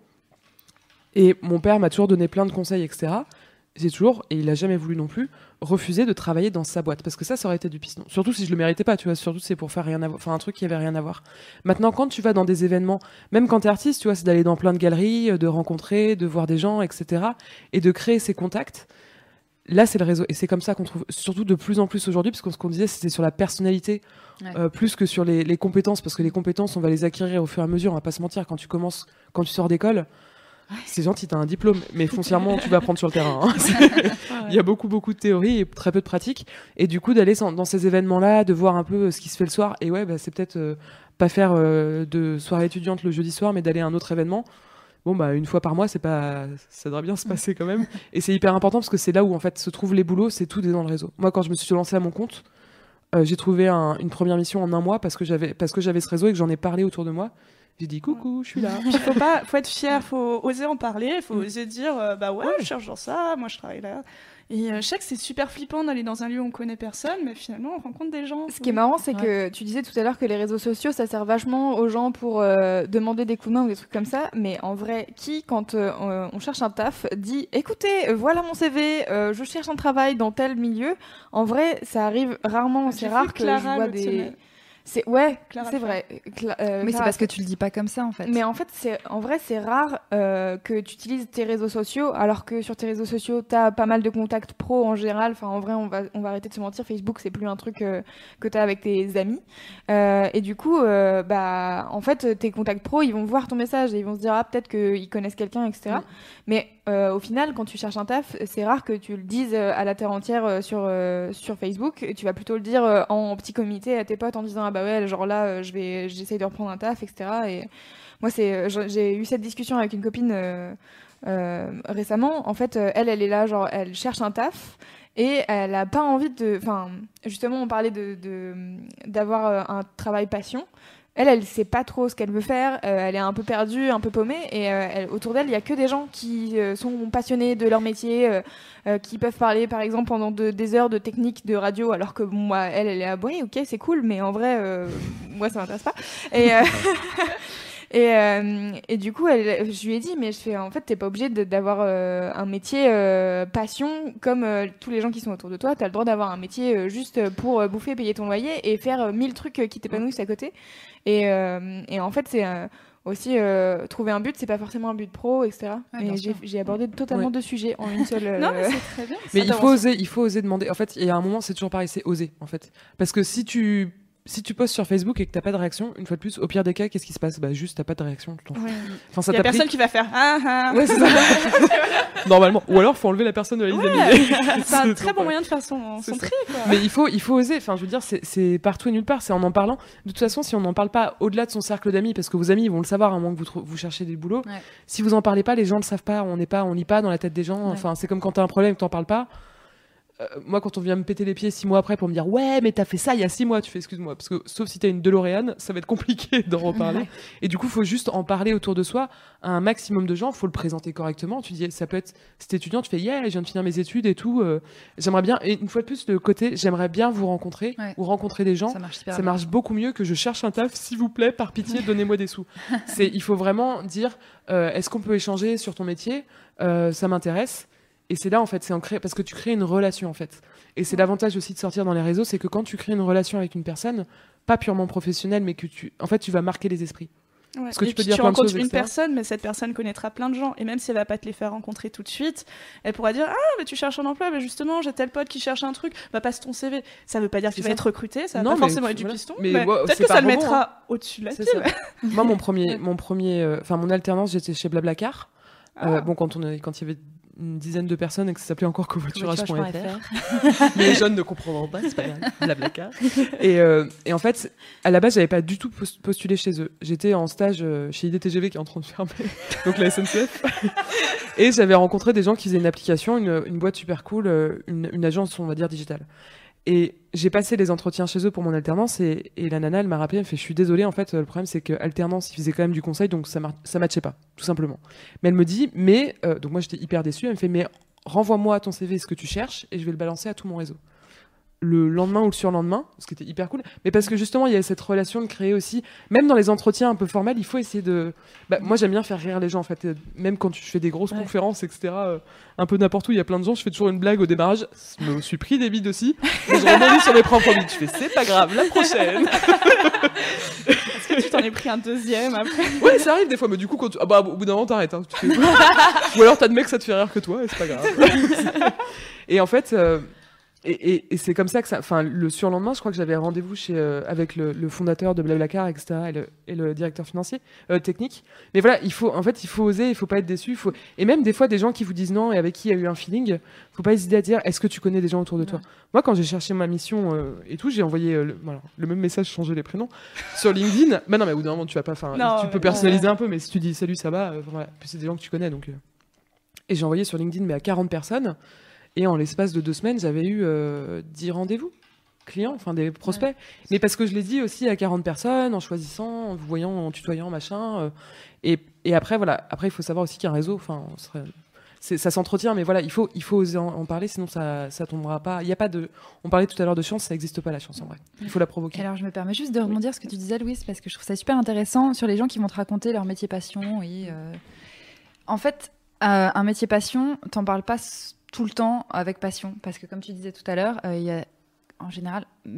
Et mon père m'a toujours donné plein de conseils, et cetera. J'ai toujours, et il a jamais voulu non plus, refusé de travailler dans sa boîte. Parce que ça, ça aurait été du piston. Surtout si je le méritais pas, tu vois. Surtout c'est pour faire rien à voir, enfin un truc qui avait rien à voir. Maintenant, quand tu vas dans des événements, même quand t'es artiste, tu vois, c'est d'aller dans plein de galeries, de rencontrer, de voir des gens, et cetera. Et de créer ces contacts. Là, c'est le réseau. Et c'est comme ça qu'on trouve, surtout de plus en plus aujourd'hui, parce que ce qu'on disait, c'était sur la personnalité, Ouais. euh, plus que sur les, les compétences. Parce que les compétences, on va les acquérir au fur et à mesure. On va pas se mentir. Quand tu commences, quand tu sors d'école, c'est gentil, t'as un diplôme, mais foncièrement, tu vas apprendre sur le terrain. hein. Il y a beaucoup, beaucoup de théorie et très peu de pratique. Et du coup, d'aller dans ces événements-là, de voir un peu ce qui se fait le soir. Et ouais, bah, c'est peut-être euh, pas faire euh, de soirée étudiante le jeudi soir, mais d'aller à un autre événement. Bon, bah, une fois par mois, c'est pas, ça devrait bien se passer quand même. Et c'est hyper important parce que c'est là où, en fait, se trouvent les boulots, c'est tout est dans le réseau. Moi, quand je me suis lancée à mon compte, euh, j'ai trouvé un- une première mission en un mois parce que j'avais, parce que j'avais ce réseau et que j'en ai parlé autour de moi. J'ai dit coucou, je suis là. Puis faut pas, faut être fier, faut oser en parler, faut Mm. oser dire euh, bah ouais, je cherche dans ça, moi je travaille là. Et euh, je sais que c'est super flippant d'aller dans un lieu où on connaît personne, mais finalement on rencontre des gens. Ce qui est marrant, c'est que tu disais tout à l'heure que les réseaux sociaux, ça sert vachement aux gens pour euh, demander des coups de main ou des trucs comme ça. Mais en vrai, qui, quand euh, on- on cherche un taf, dit écoutez, euh, voilà mon C V, euh, je cherche un travail dans tel milieu. En vrai, ça arrive rarement. J'ai C'est vu rare que Clara je vois l'autre des. semaine. C'est ouais, Claire c'est Alpha. vrai. Cla- euh, Mais c'est Clara parce que tu le dis pas comme ça en fait. Mais en fait, c'est en vrai, c'est rare euh, que tu utilises tes réseaux sociaux, alors que sur tes réseaux sociaux, t'as pas mal de contacts pro en général. Enfin, en vrai, on va on va arrêter de se mentir. Facebook, c'est plus un truc euh, que t'as avec tes amis. Euh, et du coup, euh, bah, en fait, tes contacts pro, ils vont voir ton message et ils vont se dire ah peut-être qu'ils connaissent quelqu'un, et cetera. Mm. Mais euh, au final, quand tu cherches un taf, c'est rare que tu le dises euh, à la terre entière euh, sur euh, sur Facebook. Tu vas plutôt le dire euh, en petit comité à tes potes en disant ah bah ouais, genre là, euh, je vais j'essaye de reprendre un taf, et cetera. Et moi, c'est, j'ai eu cette discussion avec une copine euh, euh, récemment. En fait, euh, elle, elle est là, genre, elle cherche un taf et elle a pas envie de. Enfin, justement, on parlait de, de d'avoir euh, un travail passion. Elle, elle sait pas trop ce qu'elle veut faire. Euh, elle est un peu perdue, un peu paumée. Et euh, elle, autour d'elle, il y a que des gens qui euh, sont passionnés de leur métier, euh, euh, qui peuvent parler, par exemple, pendant de, des heures de technique de radio, alors que bon, moi, elle, elle est là, ouais, ok, c'est cool, mais en vrai, euh, moi, ça m'intéresse pas. Et euh, Et, euh, et du coup, elle, je lui ai dit, mais je fais, en fait, t'es pas obligé de, d'avoir euh, un métier euh, passion comme euh, tous les gens qui sont autour de toi. T'as le droit d'avoir un métier euh, juste pour euh, bouffer, payer ton loyer et faire euh, mille trucs euh, qui t'épanouissent à côté. Et, euh, et en fait, c'est euh, aussi euh, trouver un but, c'est pas forcément un but pro, et cetera. Ouais, et bien j'ai, sûr. j'ai abordé totalement Ouais. deux sujets en une seule. Non, mais euh, c'est très bien. Mais il Attends, faut on oser, il faut oser demander. En fait, il y a un moment, c'est toujours pareil, c'est oser, en fait. Parce que si tu, si tu postes sur Facebook et que t'as pas de réaction, une fois de plus, au pire des cas, qu'est-ce qui se passe? Bah, juste, t'as pas de réaction, tu t'en fous. ouais. Enfin, ça Il y a t'a pris- personne qui va faire ah ah. Ouais, c'est ça. Normalement. Ou alors, faut enlever la personne de la liste d'amis. C'est un toujours très bon pareil. moyen de faire son, C'est son ça. tri, quoi. Mais il faut, il faut oser. Enfin, je veux dire, c'est, c'est partout et nulle part. C'est en en parlant. De toute façon, si on n'en parle pas au-delà de son cercle d'amis, parce que vos amis, ils vont le savoir à moins que vous, trou- vous cherchez des boulots. Ouais. Si vous en parlez pas, les gens le savent pas. On n'est pas, on lit pas dans la tête des gens. Ouais. Enfin, c'est comme quand t'as un problème et que t'en parles pas. Euh, moi, quand on vient me péter les pieds six mois après pour me dire ouais, mais t'as fait ça il y a six mois, tu fais excuse-moi, parce que sauf si t'as une DeLorean, ça va être compliqué d'en reparler. Ouais. Et du coup, faut juste en parler autour de soi à un maximum de gens. Faut le présenter correctement. Tu dis, ça peut être, si t'es étudiant, tu fais yeah, je viens de finir mes études et tout. euh, j'aimerais bien. Et une fois de plus, le côté, j'aimerais bien vous rencontrer Ouais. ou rencontrer des gens. Ça marche super Ça bien. marche beaucoup mieux que je cherche un taf, s'il vous plaît, par pitié, donnez-moi des sous. C'est, il faut vraiment dire, euh, est-ce qu'on peut échanger sur ton métier? Euh, ça m'intéresse. Et c'est là, en fait, c'est en créer, parce que tu crées une relation, en fait. Et c'est l'avantage aussi de sortir dans les réseaux, c'est que quand tu crées une relation avec une personne, pas purement professionnelle, mais que tu, en fait, tu vas marquer les esprits. Ouais. Parce que Et tu peux puis dire tu plein de rencontres choses, une et cetera. personne, mais cette personne connaîtra plein de gens. Et même si elle va pas te les faire rencontrer tout de suite, elle pourra dire ah mais tu cherches un emploi, mais justement j'ai tel pote qui cherche un truc, bah passe ton C V. Ça veut pas dire que C'est tu vas ça. être recruté, ça va Non, pas mais forcément tu- être du voilà. piston, Mais mais ouais, peut-être c'est que par ça le moment, mettra hein. au-dessus de la C'est pile. ça. Moi, mon premier, mon premier, euh, enfin mon alternance, j'étais chez Blablacar. Euh, Ah. bon, quand on est, quand il y avait une dizaine de personnes et que ça s'appelait encore covoiturage point f r. Covoiturage.fr. Mais les jeunes ne comprendront pas, c'est pas grave. Blablacar. Et, euh, et en fait, à la base, j'avais pas du tout pos- postulé chez eux. J'étais en stage euh, chez I D T G V qui est en train de fermer, donc la S N C F. Et j'avais rencontré des gens qui faisaient une application, une, une boîte super cool, euh, une, une agence, on va dire, digitale. Et j'ai passé les entretiens chez eux pour mon alternance et, et la nana, elle m'a rappelé, elle me fait, je suis désolée, en fait, euh, le problème, c'est que alternance, ils faisaient quand même du conseil, donc ça, mar- ça matchait pas, tout simplement. Mais elle me dit, mais, euh, donc moi, j'étais hyper déçue, elle me fait, mais renvoie-moi ton C V, ce que tu cherches, et je vais le balancer à tout mon réseau. Le lendemain ou le surlendemain, ce qui était hyper cool, mais parce que justement, il y a cette relation de créer aussi, même dans les entretiens un peu formels, il faut essayer de... Bah, moi, j'aime bien faire rire les gens, en fait, euh, même quand je fais des grosses Ouais. conférences, et cetera, euh, un peu n'importe où, il y a plein de gens, je fais toujours une blague au démarrage, je me suis pris des bides aussi, et je rebondis sur mes propres bides, je fais, c'est pas grave, la prochaine. Est-ce que tu t'en es pris un deuxième après? Ouais, ça arrive des fois, mais du coup, quand tu... ah bah, au bout d'un moment, t'arrêtes. Hein, tu fais- ou alors, t'as de mecs, ça te fait rire que toi, et c'est pas grave. Et en fait, euh, et, et, et c'est comme ça que ça. Enfin, le surlendemain, je crois que j'avais rendez-vous chez, euh, avec le, le fondateur de Blablacar, et cetera, et le, et le directeur financier, euh, technique. Mais voilà, il faut, en fait, il faut oser, il faut pas être déçu. il Faut... Et même des fois, des gens qui vous disent non et avec qui il y a eu un feeling, faut pas hésiter à dire est-ce que tu connais des gens autour de toi? Moi, quand j'ai cherché ma mission euh, et tout, j'ai envoyé euh, le, voilà, le même message, changer les prénoms, sur LinkedIn. Bah non, mais au bout d'un moment, tu vas pas. Enfin, Non, tu peux ouais, personnaliser un peu, mais si tu dis salut, ça va, euh, voilà. Puis c'est des gens que tu connais, donc. euh. Et j'ai envoyé sur LinkedIn, mais à quarante personnes. Et en l'espace de deux semaines, j'avais eu euh, dix rendez-vous clients, enfin des prospects. Mais parce que je l'ai dit aussi à quarante personnes, en choisissant, en vous voyant, en tutoyant, machin. euh, et, et après, voilà. Après, il faut savoir aussi qu'il y a un réseau. Enfin, on serait- c'est- ça s'entretient, mais voilà, il faut, il faut oser en, en parler, sinon ça, ça tombera pas. Il y a pas de. On parlait tout à l'heure de chance, ça n'existe pas la chance en vrai. Il faut la provoquer. Alors je me permets juste de rebondir sur ce que tu disais, Louise, parce que je trouve ça super intéressant sur les gens qui vont te raconter leur métier passion. Et, euh, en fait, euh, un métier passion, t'en parles pas s- tout le temps avec passion, parce que comme tu disais tout à l'heure, euh, il y a en général m-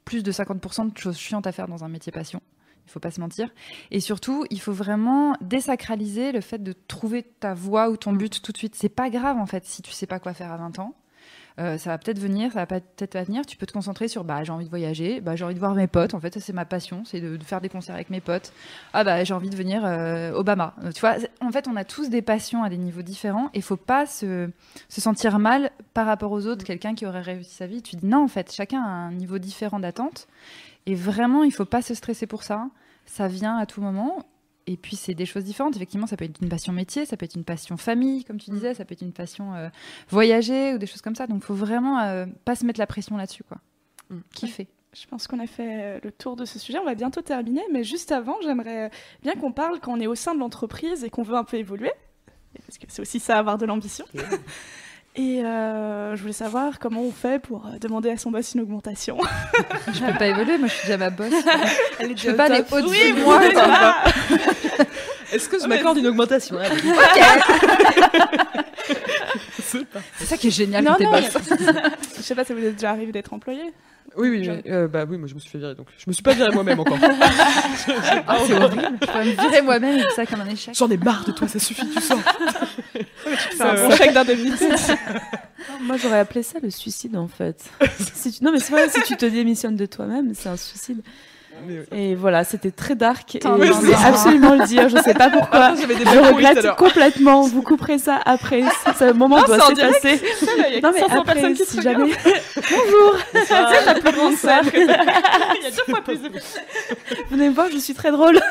plus de cinquante pour cent de choses chiantes à faire dans un métier passion. Il faut pas se mentir. Et surtout, il faut vraiment désacraliser le fait de trouver ta voie ou ton but tout de suite. C'est pas grave, en fait, si tu sais pas quoi faire à vingt ans. Euh, ça va peut-être venir, ça va peut-être pas venir. Tu peux te concentrer sur bah, j'ai envie de voyager, bah, j'ai envie de voir mes potes. En fait, ça, c'est ma passion, c'est de, de faire des concerts avec mes potes. Ah bah j'ai envie de venir euh, Obama. Euh, tu vois, en fait, on a tous des passions à des niveaux différents et il faut pas se, se sentir mal par rapport aux autres. Quelqu'un qui aurait réussi sa vie, tu dis non, en fait, chacun a un niveau différent d'attente et vraiment, il faut pas se stresser pour ça. Ça vient à tout moment. Et puis, c'est des choses différentes. Effectivement, ça peut être une passion métier, ça peut être une passion famille, comme tu disais, ça peut être une passion euh, voyager ou des choses comme ça. Donc, il faut vraiment euh, pas se mettre la pression là-dessus, quoi. Mm. Kiffer. Je pense qu'on a fait le tour de ce sujet. On va bientôt terminer. Mais juste avant, j'aimerais bien qu'on parle quand on est au sein de l'entreprise et qu'on veut un peu évoluer. Parce que c'est aussi ça, avoir de l'ambition. Yeah. Et euh, je voulais savoir comment on fait pour demander à son boss une augmentation. Je peux pas évoluer, moi je suis déjà ma boss. Elle est je peux pas aller au-dessus oui, de moi. Est-ce que je m'accorde une augmentation? Ok. C'est ça qui est génial quand t'es boss. Je sais pas si vous êtes déjà arrivé d'être employé. Oui, oui, mais, euh, bah oui, moi je me suis fait virer, donc je me suis pas viré moi-même encore. Ah, c'est horrible. Je peux me virer moi-même et ça comme un échec. J'en ai marre de toi, ça suffit, tu sors. C'est un bon chèque d'indemnité. Moi, j'aurais appelé ça le suicide, en fait. Si tu... Non, mais c'est vrai, si tu te démissionnes de toi-même, c'est un suicide. Mais... Et voilà, c'était très dark. Et oui, je voulais absolument le dire, je sais pas pourquoi. Ah, j'avais des je regrette complètement. Vous couperez ça après. Ce moment doit se passer. Non, mais après, si jamais. Bonjour. C'est la plus grande sœur. Il y a deux fois plus de. Venez me voir, je suis très drôle.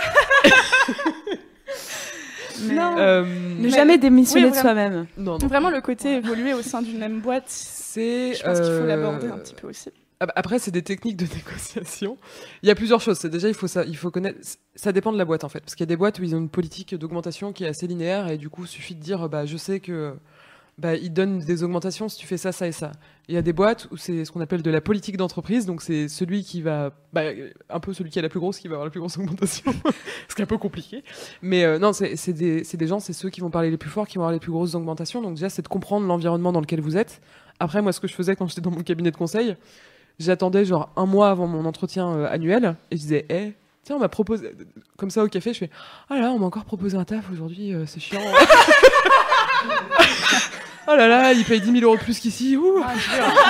Mais non, euh, ne mais... jamais démissionner oui, de soi-même. Non, non. Vraiment, le côté évoluer au sein d'une même boîte, c'est. Je pense euh... qu'il faut l'aborder un petit peu aussi. Après, c'est des techniques de négociation. Il y a plusieurs choses. C'est déjà, il faut ça, il faut connaître. Ça dépend de la boîte en fait, parce qu'il y a des boîtes où ils ont une politique d'augmentation qui est assez linéaire et du coup, il suffit de dire, bah, je sais que, bah, ils donnent des augmentations si tu fais ça, ça et ça. Il y a des boîtes où c'est ce qu'on appelle de la politique d'entreprise, donc c'est celui qui va, bah, un peu celui qui a la plus grosse qui va avoir la plus grosse augmentation, ce qui est un peu compliqué. Mais euh, non, c'est, c'est des, c'est des gens, c'est ceux qui vont parler les plus forts, qui vont avoir les plus grosses augmentations. Donc déjà, c'est de comprendre l'environnement dans lequel vous êtes. Après, moi, ce que je faisais quand j'étais dans mon cabinet de conseil. J'attendais genre un mois avant mon entretien euh, annuel et je disais, hé, hey, tiens, on m'a proposé, comme ça au café, je fais, ah là là, on m'a encore proposé un taf aujourd'hui, euh, c'est chiant. Oh là là, il paye dix mille euros de plus qu'ici, ouh. Ah,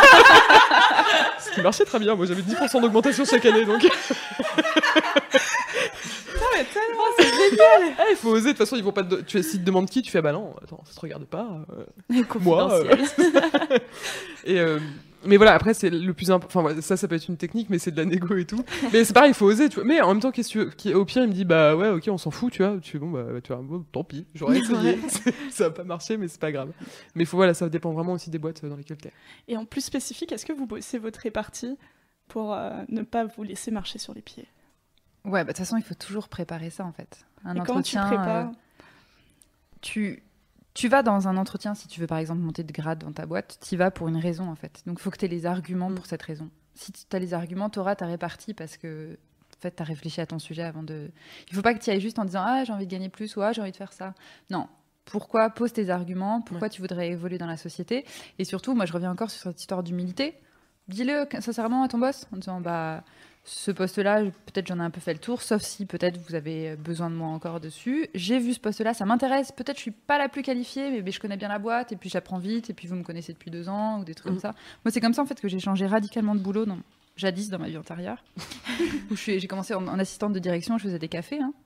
ce qui marchait très bien, moi j'avais dix pour cent d'augmentation chaque année donc. Mais tellement, c'est génial. Ah, il faut oser, de toute façon, ils vont pas te... tu si te demandes qui, tu fais, bah non, attends, ça te regarde pas. Euh... Moi. Euh... et. Euh... Mais voilà, après, c'est le plus important. Enfin, ça, ça peut être une technique, mais c'est de la négo et tout. Mais c'est pareil, il faut oser, tu vois. Mais en même temps, qu'est-ce que tu veux... Au pire, il me dit, bah ouais, ok, on s'en fout, tu vois. Tu fais, bon, bah, tu vois, bon, tant pis, j'aurais essayé. Ça va pas marcher, mais c'est pas grave. Mais faut, voilà, ça dépend vraiment aussi des boîtes dans lesquelles t'es. Et en plus spécifique, est-ce que vous bossez votre répartie pour euh, ne pas vous laisser marcher sur les pieds? Ouais, bah de toute façon, il faut toujours préparer ça, en fait. Un et entretien. Comment tu prépares euh, tu... Tu vas dans un entretien, si tu veux par exemple monter de grade dans ta boîte, tu y vas pour une raison en fait. Donc il faut que tu aies les arguments mmh. pour cette raison. Si tu as les arguments, tu auras ta répartie parce que en fait, tu as réfléchi à ton sujet avant de... Il ne faut pas que tu y ailles juste en disant « Ah, j'ai envie de gagner plus » ou « Ah, j'ai envie de faire ça ». Non. Pourquoi? Pose tes arguments. Pourquoi ouais. tu voudrais évoluer dans la société? Et surtout, moi je reviens encore sur cette histoire d'humilité. Dis-le sincèrement à ton boss en disant « Bah... ce poste-là, peut-être j'en ai un peu fait le tour, sauf si peut-être vous avez besoin de moi encore dessus. J'ai vu ce poste-là, ça m'intéresse. Peut-être je suis pas la plus qualifiée, mais, mais je connais bien la boîte, et puis j'apprends vite, et puis vous me connaissez depuis deux ans, ou des trucs mmh. comme ça. Moi, c'est comme ça, en fait, que j'ai changé radicalement de boulot, dans, jadis, dans ma vie antérieure. Où je suis, j'ai commencé en, en assistante de direction, je faisais des cafés. Hein.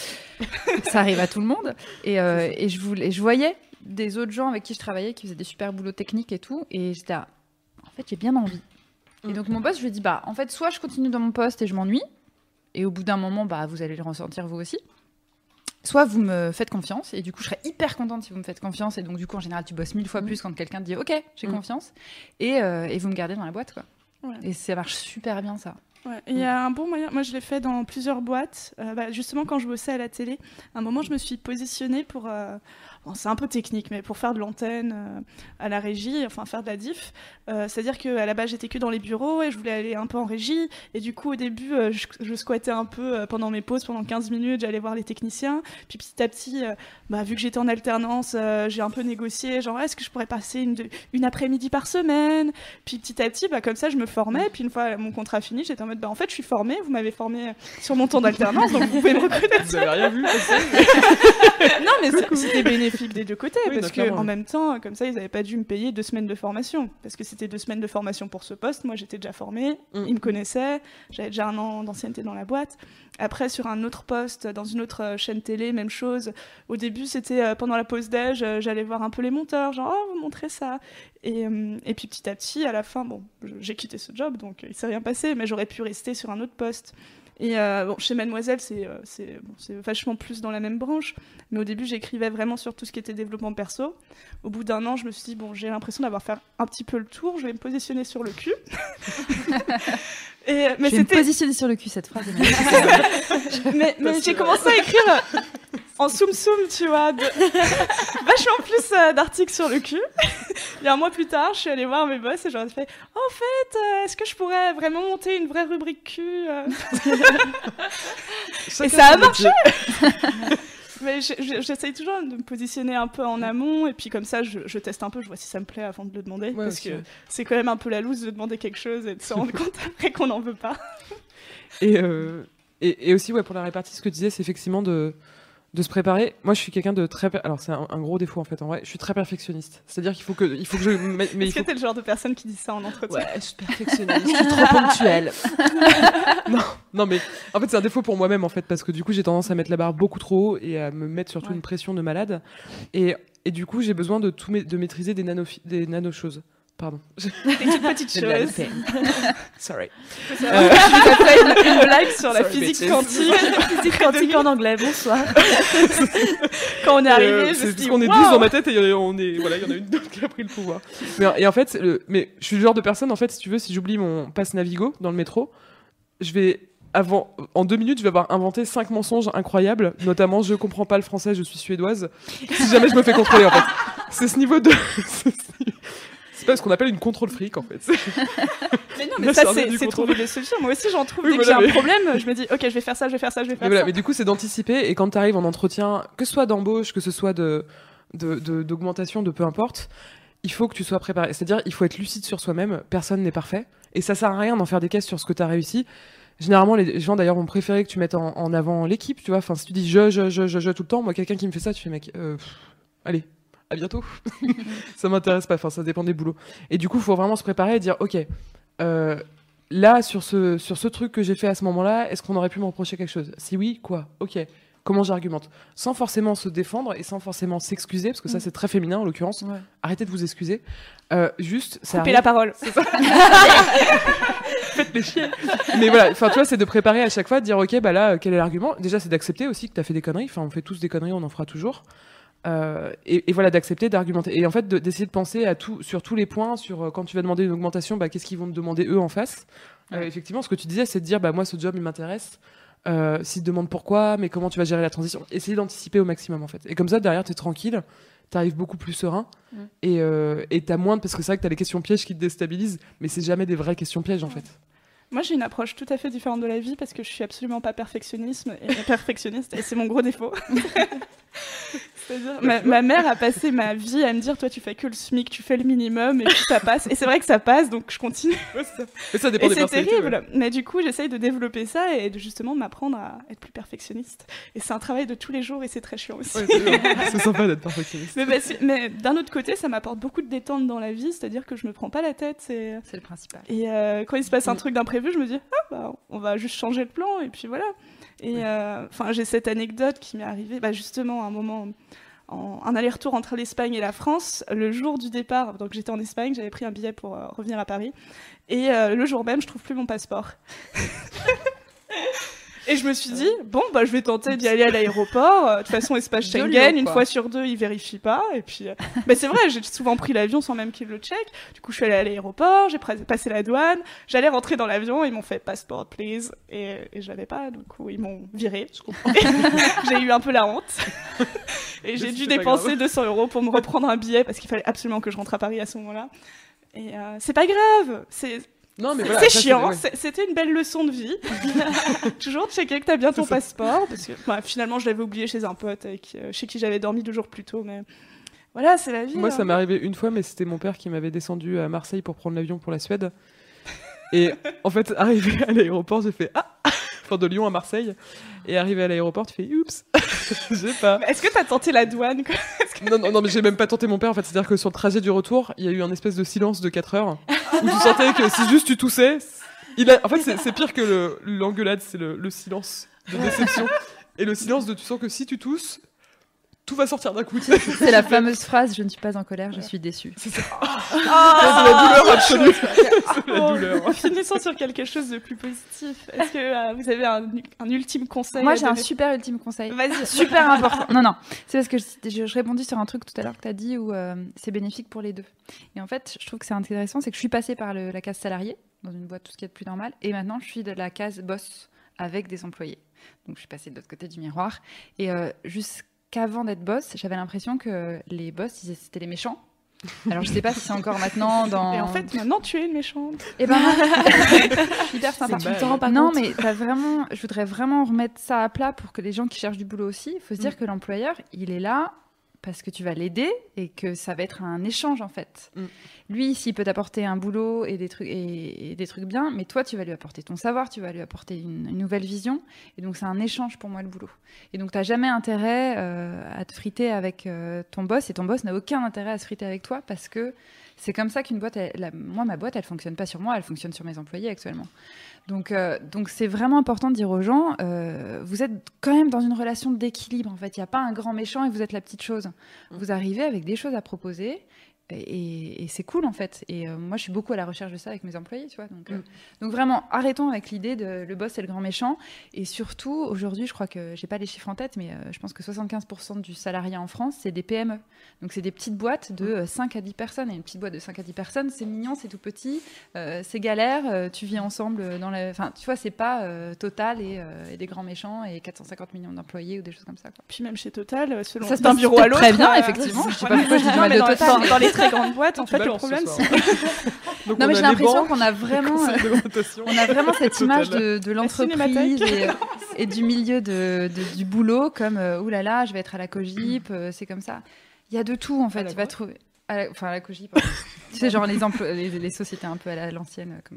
Ça arrive à tout le monde. Et, euh, et, je voulais, et je voyais des autres gens avec qui je travaillais, qui faisaient des super boulots techniques et tout, et j'étais là, en fait, j'ai bien envie. Et donc mon boss, je lui ai dit, bah, en fait, soit je continue dans mon poste et je m'ennuie, et au bout d'un moment, bah, vous allez le ressentir vous aussi, soit vous me faites confiance, et du coup, je serais hyper contente si vous me faites confiance, et donc du coup, en général, tu bosses mille fois mmh. plus quand quelqu'un te dit, ok, j'ai mmh. confiance, et, euh, et vous me gardez dans la boîte, quoi. Ouais. Et ça marche super bien, ça. Ouais. Il y a un bon moyen, moi je l'ai fait dans plusieurs boîtes, euh, bah, justement quand je bossais à la télé, à un moment je me suis positionnée pour, euh, bon, c'est un peu technique, mais pour faire de l'antenne euh, à la régie, enfin faire de la diff, euh, c'est-à-dire qu'à la base j'étais que dans les bureaux et je voulais aller un peu en régie, et du coup au début euh, je, je squattais un peu euh, pendant mes pauses, pendant quinze minutes, j'allais voir les techniciens, puis petit à petit, euh, bah, vu que j'étais en alternance, euh, j'ai un peu négocié, genre est-ce que je pourrais passer une, une après-midi par semaine, puis petit à petit, bah, comme ça je me formais, puis une fois mon contrat fini, j'étais en mode mode, bah en fait, je suis formée, vous m'avez formée sur mon temps d'alternance, donc vous pouvez me reconnaître. Vous avez rien vu passer. Non, mais c'est- c'était bénéfique des deux côtés, Oui, parce non, clairement. qu'en même temps, comme ça, ils n'avaient pas dû me payer deux semaines de formation, parce que c'était deux semaines de formation pour ce poste. Moi, j'étais déjà formée, Mm. ils me connaissaient, j'avais déjà un an d'ancienneté dans la boîte. Après, sur un autre poste, dans une autre euh, chaîne télé, même chose. Au début, c'était euh, pendant la pause déj, euh, j'allais voir un peu les monteurs, genre, oh, vous montrez ça. Et, euh, et puis petit à petit, à la fin, bon, je- j'ai quitté ce job, donc euh, il s'est rien passé, mais j'aurais pu rester sur un autre poste. Et euh, bon, chez Mademoiselle, c'est euh, c'est bon, c'est vachement plus dans la même branche. Mais au début, j'écrivais vraiment sur tout ce qui était développement perso. Au bout d'un an, je me suis dit, bon, j'ai l'impression d'avoir fait un petit peu le tour, je vais me positionner sur le cul. Et, mais je vais me c'était... positionner sur le cul, cette phrase. est magnifique. Mais, mais j'ai commencé à écrire en soum soum, tu vois, de... vachement plus euh, d'articles sur le cul. Et un mois plus tard, je suis allée voir mes boss et j'aurais fait « En fait, euh, est-ce que je pourrais vraiment monter une vraie rubrique cul euh Et ça a marché. Mais je- je- j'essaye toujours de me positionner un peu en amont, et puis comme ça, je, je teste un peu, je vois si ça me plaît avant de le demander, Ouais, parce aussi, que ouais. c'est quand même un peu la loose de demander quelque chose et de se rendre compte après qu'on n'en veut pas. Et, euh, et, et aussi, ouais, pour la répartie, ce que tu disais, c'est effectivement de, de se préparer. Moi, je suis quelqu'un de très... per- Alors, c'est un, un gros défaut, en fait, en vrai. Je suis très perfectionniste. C'est-à-dire qu'il faut que, il faut que je... Mais, mais il Est-ce faut que t'es le genre de personne qui dit ça en entretien? Ouais, je suis perfectionniste, je suis trop ponctuelle. non, non, mais en fait, c'est un défaut pour moi-même, en fait, parce que du coup, j'ai tendance à mettre la barre beaucoup trop haut et à me mettre surtout Ouais. une pression de malade. Et, et du coup, j'ai besoin de, tout ma- de maîtriser des nano, des nano choses. Pardon. Des toutes petites choses. Sorry. Ça va. Je vous ai fait une, une blague sur la Sorry, physique bitches. quantique. Physique quantique en anglais, bonsoir. Quand on est Et, arrivé, euh, je me c'est suis parce dit, qu'on est wow. douze dans ma tête et il y en a- on est voilà, il y en a une d'autre qui a pris le pouvoir. Mais et en fait, c'est le, mais je suis le genre de personne en fait, si tu veux, si j'oublie mon passe Navigo dans le métro, je vais avant en deux minutes, je vais avoir inventé cinq mensonges incroyables, notamment je comprends pas le français, je suis suédoise. Si jamais je me fais contrôler en fait. C'est ce niveau de c'est pas ce qu'on appelle une contrôle fric en fait. Mais non, mais Là, ça, c'est un c'est du c'est contrôle. trouver des solutions. Moi aussi, j'en trouve. Oui, Dès que voilà, j'ai un mais- problème, je me dis, ok, je vais faire ça, je vais faire ça, je vais Mais faire voilà, ça. mais du coup, c'est d'anticiper. Et quand tu arrives en entretien, que ce soit d'embauche, que ce soit de, de, de- d'augmentation, de peu importe, il faut que tu sois préparé. C'est-à-dire, il faut être lucide sur soi-même. Personne n'est parfait. Et ça sert à rien d'en faire des caisses sur ce que tu as réussi. Généralement, les gens d'ailleurs vont préférer que tu mettes en, en avant l'équipe. Tu vois, enfin, si tu dis je, je, je, je, je tout le temps, moi, quelqu'un qui me fait ça, tu fais mec, euh, pff, allez. À bientôt. Ça m'intéresse pas. Enfin, ça dépend des boulots. Et du coup, il faut vraiment se préparer et dire, ok, euh, là, sur ce, sur ce truc que j'ai fait à ce moment-là, est-ce qu'on aurait pu me reprocher quelque chose? Si oui, quoi? Ok. Comment j'argumente? Sans forcément se défendre et sans forcément s'excuser, parce que ça, c'est très féminin en l'occurrence. Ouais. Arrêtez de vous excuser. Euh, juste, ça Couper arrive. la parole. Faites les chiens. Mais voilà, enfin, tu vois, c'est de préparer à chaque fois, de dire, ok, bah là, euh, quel est l'argument? Déjà, c'est d'accepter aussi que t'as fait des conneries. Enfin, on fait tous des conneries, on en fera toujours. Euh, et, et voilà, d'accepter, d'argumenter. Et en fait, de- d'essayer de penser à tout, sur tous les points, sur euh, quand tu vas demander une augmentation, bah, qu'est-ce qu'ils vont te demander eux en face. Euh, Ouais. effectivement, ce que tu disais, c'est de dire, bah, moi, ce job, il m'intéresse. Euh, S'ils te demandent pourquoi, mais comment tu vas gérer la transition. Essayer d'anticiper au maximum, en fait. Et comme ça, derrière, t'es tranquille, t'arrives beaucoup plus serein. Mm. Et euh, et t'as moins, de- parce que c'est vrai que t'as les questions pièges qui te déstabilisent, mais c'est jamais des vraies questions pièges, en fait. Moi, j'ai une approche tout à fait différente de la vie parce que je suis absolument pas perfectionniste et perfectionniste et c'est mon gros défaut. C'est-à-dire, ma, ma mère a passé ma vie à me dire, toi, tu fais que le SMIC, tu fais le minimum et puis ça passe. Et c'est vrai que ça passe, donc je continue. Mais ça dépend Et des c'est personnalités, ouais. terrible. Mais du coup, j'essaye de développer ça et de justement m'apprendre à être plus perfectionniste. Et c'est un travail de tous les jours et c'est très chiant aussi. Ouais, c'est sûr. C'est sympa d'être perfectionniste. Mais, bah, c'est- mais d'un autre côté, ça m'apporte beaucoup de détente dans la vie, c'est-à-dire que je me prends pas la tête. c'est- C'est le principal. Et euh, quand il se passe un Mm. truc d'imprévu, je me dis, ah bah, on va juste changer le plan, et puis voilà. Et Oui. euh, enfin, j'ai cette anecdote qui m'est arrivée, bah, justement, à un moment, en, un aller-retour entre l'Espagne et la France, le jour du départ, donc j'étais en Espagne, j'avais pris un billet pour euh, revenir à Paris, et euh, le jour même, je trouve plus mon passeport. Et je me suis dit, bon, bah, je vais tenter d'y aller à l'aéroport. Euh, De toute façon, espace Yolo, Schengen, une quoi. fois sur deux, ils vérifient pas. Et puis, euh, bah, c'est vrai, j'ai souvent pris l'avion sans même qu'ils le checkent. Du coup, je suis allée à l'aéroport, j'ai pres- passé la douane, j'allais rentrer dans l'avion, ils m'ont fait passport, please. Et, et je l'avais pas, du coup, ils m'ont viré. Je comprends. J'ai eu un peu la honte. Et j'ai Mais dû c'est pas dépenser grave. deux cents euros pour me reprendre un billet parce qu'il fallait absolument que je rentre à Paris à ce moment-là. Et euh, c'est pas grave, c'est Non, mais c'est voilà, c'est ça, chiant, ouais. c'est- c'était une belle leçon de vie. Toujours checker que t'as bien ton C'est ça. passeport, parce que bah, finalement je l'avais oublié chez un pote avec, euh, chez qui j'avais dormi deux jours plus tôt, mais voilà, c'est la vie. Moi, hein. ça m'est arrivé une fois, mais c'était mon père qui m'avait descendu à Marseille pour prendre l'avion pour la Suède. Et en fait, arrivé à l'aéroport, j'ai fait ah, enfin de Lyon à Marseille. Et arrivé à l'aéroport, tu fais oups, je sais pas. Mais est-ce que t'as tenté la douane quoi que... Non, non, non, mais j'ai même pas tenté mon père. En fait, c'est-à-dire que sur le trajet du retour, il y a eu un espèce de silence de quatre heures où tu sentais que si juste tu toussais, il a... en fait, c'est, c'est pire que le, l'engueulade, c'est le, le silence de déception. Et le silence de tu sens que si tu tousses, tout va sortir d'un coup. C'est la fameuse phrase « Je ne suis pas en colère, je suis déçue ». C'est ça. Ah, c'est la douleur absolue. C'est la douleur. Finissons sur quelque chose de plus positif. Est-ce que euh, vous avez un, un ultime conseil? Moi, j'ai donner? un super ultime conseil. Vas-y. Super important. Non, non. C'est parce que je, je, je répondis sur un truc tout à l'heure que tu as dit où euh, c'est bénéfique pour les deux. Et en fait, je trouve que c'est intéressant, c'est que je suis passée par le, la case salarié, dans une boîte, tout ce qui est de plus normal, et maintenant, je suis de la case boss avec des employés. Donc, je suis passée de l'autre côté du miroir. Et euh, jusqu'à Qu'avant d'être boss, j'avais l'impression que les boss, c'était les méchants. Alors, je sais pas si c'est encore maintenant dans... Et en fait, maintenant, tu es une méchante. Eh ben, je suis hyper sympa. Tu te rends pas non, compte. mais t'as vraiment... je voudrais vraiment remettre ça à plat pour que les gens qui cherchent du boulot aussi, il faut se dire mm. que l'employeur, il est là parce que tu vas l'aider et que ça va être un échange, en fait. Mm. Lui, s'il peut t'apporter un boulot et des trucs, et, et des trucs bien, mais toi, tu vas lui apporter ton savoir, tu vas lui apporter une, une nouvelle vision. Et donc, c'est un échange pour moi, le boulot. Et donc, tu n'as jamais intérêt euh, à te friter avec euh, ton boss, et ton boss n'a aucun intérêt à se friter avec toi parce que c'est comme ça qu'une boîte... Elle, la, moi, ma boîte, elle ne fonctionne pas sur moi, elle fonctionne sur mes employés actuellement. Donc, euh, donc c'est vraiment important de dire aux gens, euh, vous êtes quand même dans une relation d'équilibre. En fait, il n'y a pas un grand méchant et vous êtes la petite chose. Vous arrivez avec des choses à proposer et, et, et c'est cool en fait. Et euh, moi, je suis beaucoup à la recherche de ça avec mes employés, tu vois. Donc, euh, mm. donc vraiment, arrêtons avec l'idée de le boss est le grand méchant. Et surtout, aujourd'hui, je crois que j'ai pas les chiffres en tête, mais euh, je pense que soixante-quinze pour cent du salariat en France, c'est des P M E. Donc c'est des petites boîtes de euh, cinq à dix personnes. Et une petite boîte de cinq à dix personnes, c'est mignon, c'est tout petit, euh, c'est galère. Euh, tu vis ensemble dans la. Enfin, tu vois, c'est pas euh, Total et, euh, et des grands méchants et quatre cent cinquante millions d'employés ou des choses comme ça, quoi. Puis même chez Total, selon ça se d'un passe bureau à l'autre. Très bien, euh, effectivement. Je sais pas pourquoi je dis du mal de dans, Total. dans, dans les très grandes boîtes, en fait, le problème, c'est. Donc non, mais j'ai l'impression qu'on a les vraiment, conseils de on a vraiment cette Total. image de, de l'entreprise et, et du milieu de, de, du boulot, comme euh, oulala, là là, je vais être à la Cogip, euh, c'est comme ça. Il y a de tout en fait. Tu vas trouver. À la, enfin, à la Cogip. Tu sais, genre les, empl- les, les sociétés un peu à la, l'ancienne. Comme...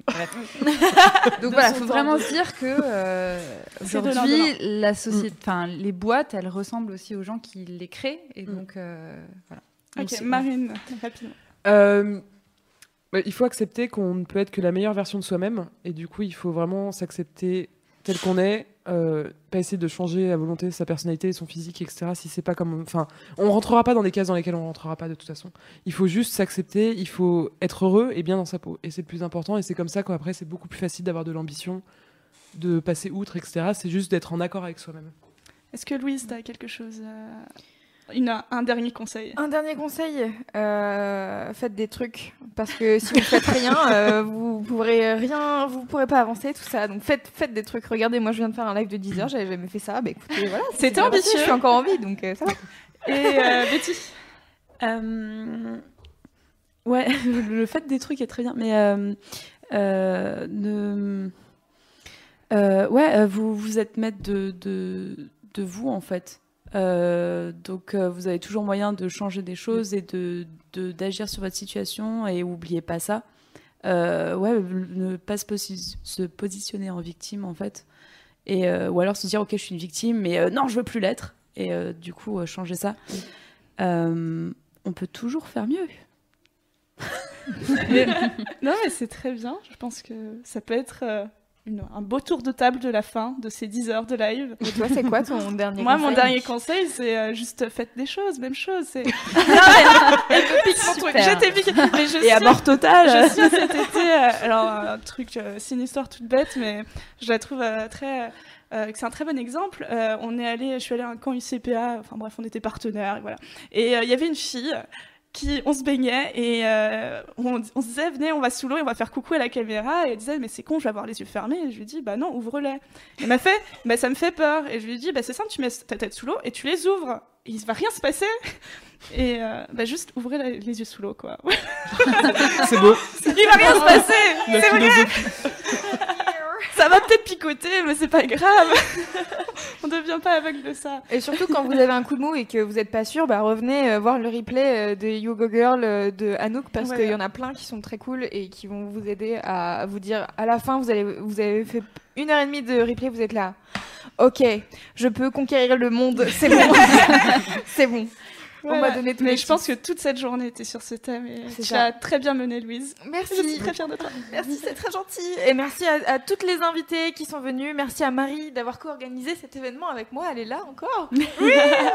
Donc voilà, il faut vraiment se dire que euh, aujourd'hui, la société, enfin, les boîtes, elles ressemblent aussi aux gens qui les créent. Et donc, euh, voilà. Ok, donc, Marine, rapidement. Euh, bah, il faut accepter qu'on ne peut être que la meilleure version de soi-même. Et du coup, il faut vraiment s'accepter tel qu'on est. Euh, pas essayer de changer à volonté sa personnalité, son physique, et cetera. Si c'est pas comme, enfin, on rentrera pas dans des cases dans lesquelles on rentrera pas de toute façon. Il faut juste s'accepter, il faut être heureux et bien dans sa peau, et c'est le plus important. Et c'est comme ça qu'après c'est beaucoup plus facile d'avoir de l'ambition, de passer outre, et cetera. C'est juste d'être en accord avec soi-même. Est-ce que Louise, t'as quelque chose euh... Une, un dernier conseil. Un dernier conseil, euh, faites des trucs parce que si vous faites rien, euh, vous pourrez rien, vous pourrez pas avancer tout ça. Donc faites, faites des trucs. Regardez, moi je viens de faire un live de dix heures, j'avais jamais fait ça. Bah écoutez, voilà, c'était ambitieux. Je suis encore en vie, donc euh, ça va. Et euh, Betty, euh, ouais, le fait des trucs est très bien, mais euh, euh, ne, euh, ouais, vous vous êtes maître de de de vous en fait. Euh, donc euh, vous avez toujours moyen de changer des choses et de, de d'agir sur votre situation et oubliez pas ça. Euh, ouais, ne pas se, posi- se positionner en victime en fait, et euh, ou alors se dire ok je suis une victime mais euh, non je veux plus l'être et euh, du coup euh, changer ça. Euh, on peut toujours faire mieux. mais, non mais c'est très bien. Je pense que ça peut être euh... Une, un beau tour de table de la fin de ces dix heures de live. Et toi, c'est quoi ton dernier Moi, conseil? Moi, mon dernier conseil, c'est euh, juste faites des choses, même chose. C'est... non, mais, elle me pique mon truc. J'étais piquée. Mais je Et à mort totale. Je suis cet été, euh, alors un truc, euh, c'est une histoire toute bête, mais je la trouve euh, très... Euh, c'est un très bon exemple. Euh, on est allé, je suis allée à un camp U C P A, enfin bref, on était partenaires, et voilà. Et il euh, y avait une fille... Qui, on se baignait et euh, on, on se disait venez on va sous l'eau et on va faire coucou à la caméra et elle disait mais c'est con je vais avoir les yeux fermés et je lui dis bah non ouvre-les. Elle m'a fait bah ça me fait peur et je lui dis bah c'est simple tu mets ta tête sous l'eau et tu les ouvres et il va rien se passer et euh, bah juste ouvrez la, les yeux sous l'eau quoi. C'est beau. Il va rien se passer. La c'est philosophie. vrai. Ça va peut-être picoter, mais c'est pas grave. On devient pas aveugle de ça. Et surtout, quand vous avez un coup de mou et que vous n'êtes pas sûr, bah, revenez euh, voir le replay euh, de You Go Girl euh, de Anouk, parce Ouais. qu'il y en a plein qui sont très cool et qui vont vous aider à vous dire, à la fin, vous, allez, vous avez fait une heure et demie de replay, vous êtes là. Ok, je peux conquérir le monde, c'est bon. C'est bon. On m'a donné tous Mais les je pense que toute cette journée était sur ce thème et C'est tu ça. as très bien mené, Louise. Merci. Je suis très fière de toi. Merci, c'est très gentil. Et merci à, à toutes les invités qui sont venues. Merci à Marie d'avoir co-organisé cet événement avec moi. Elle est là encore. Oui.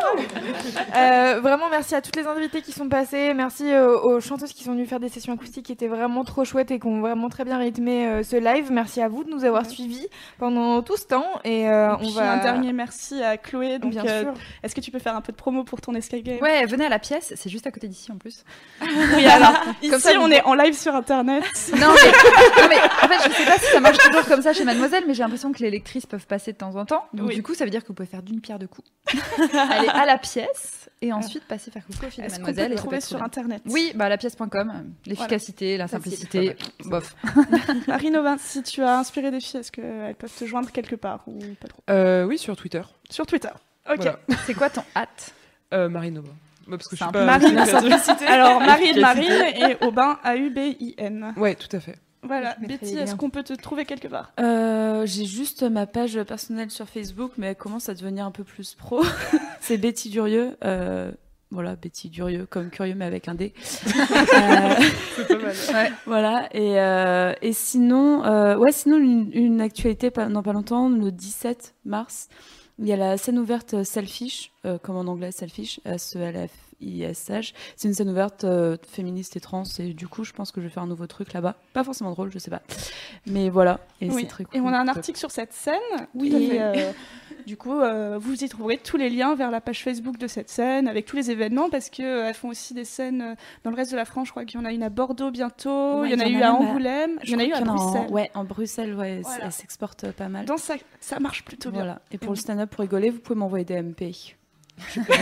euh, vraiment, merci à toutes les invités qui sont passées. Merci aux, aux chanteuses qui sont venues faire des sessions acoustiques qui étaient vraiment trop chouettes et qui ont vraiment très bien rythmé euh, ce live. Merci à vous de nous avoir Ouais. suivis pendant tout ce temps. Et, euh, Et on puis va. un dernier merci à Chloé. Donc, Bien euh, sûr. est-ce que tu peux faire un peu de promo pour ton escape game? Ouais, venez à la pièce, c'est juste à côté d'ici en plus. Oui, alors, ici, Comme ça, on vous- est en live sur Internet. Non mais, non, mais en fait, je sais pas si ça marche toujours comme ça chez Mademoiselle, mais j'ai l'impression que les lectrices peuvent passer de temps en temps. Donc Oui. du coup, ça veut dire que vous pouvez faire d'une pierre deux coups. Aller à la pièce et ensuite passer faire coucou aux filles de Est-ce qu'on peut Mademoiselle. te et ça peut trouver être sur bien. Internet? Oui, bah la pièce point com, l'efficacité, la simplicité, bof. Marie Novin, si tu as inspiré des filles, est-ce qu'elles peuvent te joindre quelque part ou pas trop? Euh, oui, sur Twitter. Sur Twitter. Ok. Voilà. C'est quoi ton hâte? Euh, Marine Aubin. Bah, parce que je suis Simple. pas Marine, aussi créative. simplicité. Alors, Marine, Marine et Aubin, A U B I N. Ouais, tout à fait. Voilà. Je mettrai Betty, les est-ce liens. qu'on peut te trouver quelque part? Euh, j'ai juste ma page personnelle sur Facebook, mais elle commence à devenir un peu plus pro. C'est Betty Durieux. Euh, voilà, Betty Durieux, comme curieux, mais avec un D. Euh, C'est pas mal. Ouais. Voilà, et, euh, et sinon, euh, ouais, sinon une, une actualité, pas, dans pas longtemps, le dix-sept mars, il y a la scène ouverte Selfish, euh, comme en anglais Selfish, S E L F I S H. C'est une scène ouverte euh, féministe et trans, et du coup, je pense que je vais faire un nouveau truc là-bas. Pas forcément drôle, je sais pas. Mais voilà, et Oui. c'est très cool. Et on a un article sur cette scène. Oui. Et euh, du coup, euh, vous y trouverez tous les liens vers la page Facebook de cette scène, avec tous les événements, parce qu'elles font aussi des scènes euh, dans le reste de la France. Je crois qu'il y en a une à Bordeaux bientôt, Ouais, il y en a il y en eu a à même à- Angoulême, il y en a eu à Je crois qu'il y en a Bruxelles. en- Ouais, en Bruxelles, ouais, elle- Voilà. elle s'exporte pas mal. Donc ça, ça marche plutôt bien. Voilà. Et pour Et le stand-up, pour rigoler, vous pouvez m'envoyer des M P. Je peux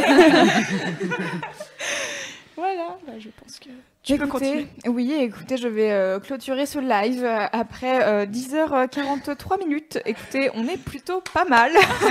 Voilà, bah, je pense que tu peux Écoutez, continuer. oui, écoutez, je vais euh, clôturer ce live euh, après euh, dix heures quarante-trois minutes. Écoutez, on est plutôt pas mal.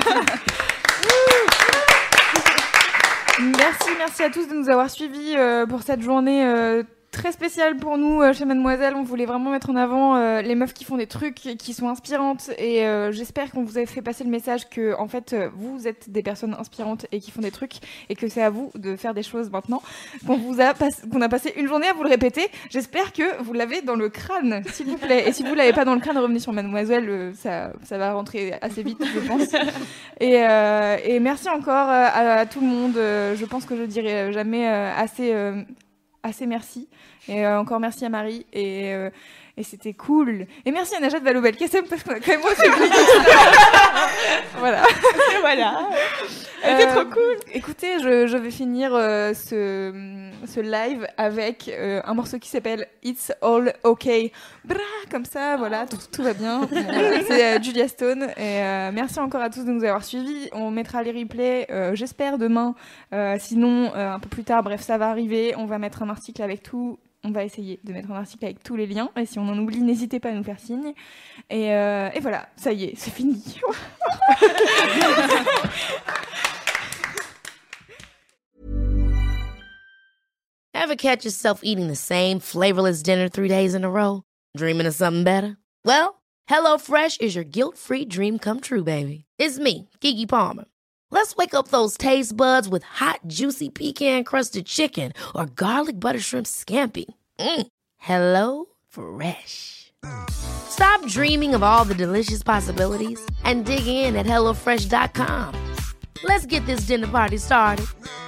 Merci, merci à tous de nous avoir suivis euh, pour cette journée euh, très spéciale pour nous euh, chez Mademoiselle. On voulait vraiment mettre en avant euh, les meufs qui font des trucs qui sont inspirantes et euh, j'espère qu'on vous a fait passer le message que en fait euh, vous êtes des personnes inspirantes et qui font des trucs et que c'est à vous de faire des choses maintenant. Qu'on vous a pas- qu'on a passé une journée à vous le répéter. J'espère que vous l'avez dans le crâne, s'il vous plaît. Et si vous l'avez pas dans le crâne, revenez sur Mademoiselle, euh, ça ça va rentrer assez vite, je pense. Et, euh, et merci encore euh, à, à tout le monde. Euh, je pense que je dirai jamais euh, assez, euh, assez merci. Et euh, encore merci à Marie. Et, euh, et c'était cool. Et merci à Najat Vallaud-Belkacem parce qu'on a quand même aussi Voilà. Voilà. Elle était Euh, trop cool. Écoutez, je, je vais finir euh, ce, ce live avec euh, un morceau qui s'appelle It's All Okay. Bra, comme ça, voilà, tout, tout va bien. Bon, voilà, c'est euh, Julia Stone. Et euh, merci encore à tous de nous avoir suivis. On mettra les replays, euh, j'espère, demain. Euh, sinon, euh, un peu plus tard, bref, ça va arriver. On va mettre un article avec tout. On va essayer de mettre un article avec tous les liens. Et si on en oublie, n'hésitez pas à nous faire signe. Et, euh, et voilà, ça y est, c'est fini. Ever catch yourself eating the same flavorless dinner three days in a row? Dreaming of something better? Well, HelloFresh is your guilt-free dream come true, baby. It's me, Keke Palmer. Let's wake up those taste buds with hot, juicy pecan-crusted chicken or garlic butter shrimp scampi. Mm. Hello Fresh. Stop dreaming of all the delicious possibilities and dig in at hello fresh dot com. Let's get this dinner party started.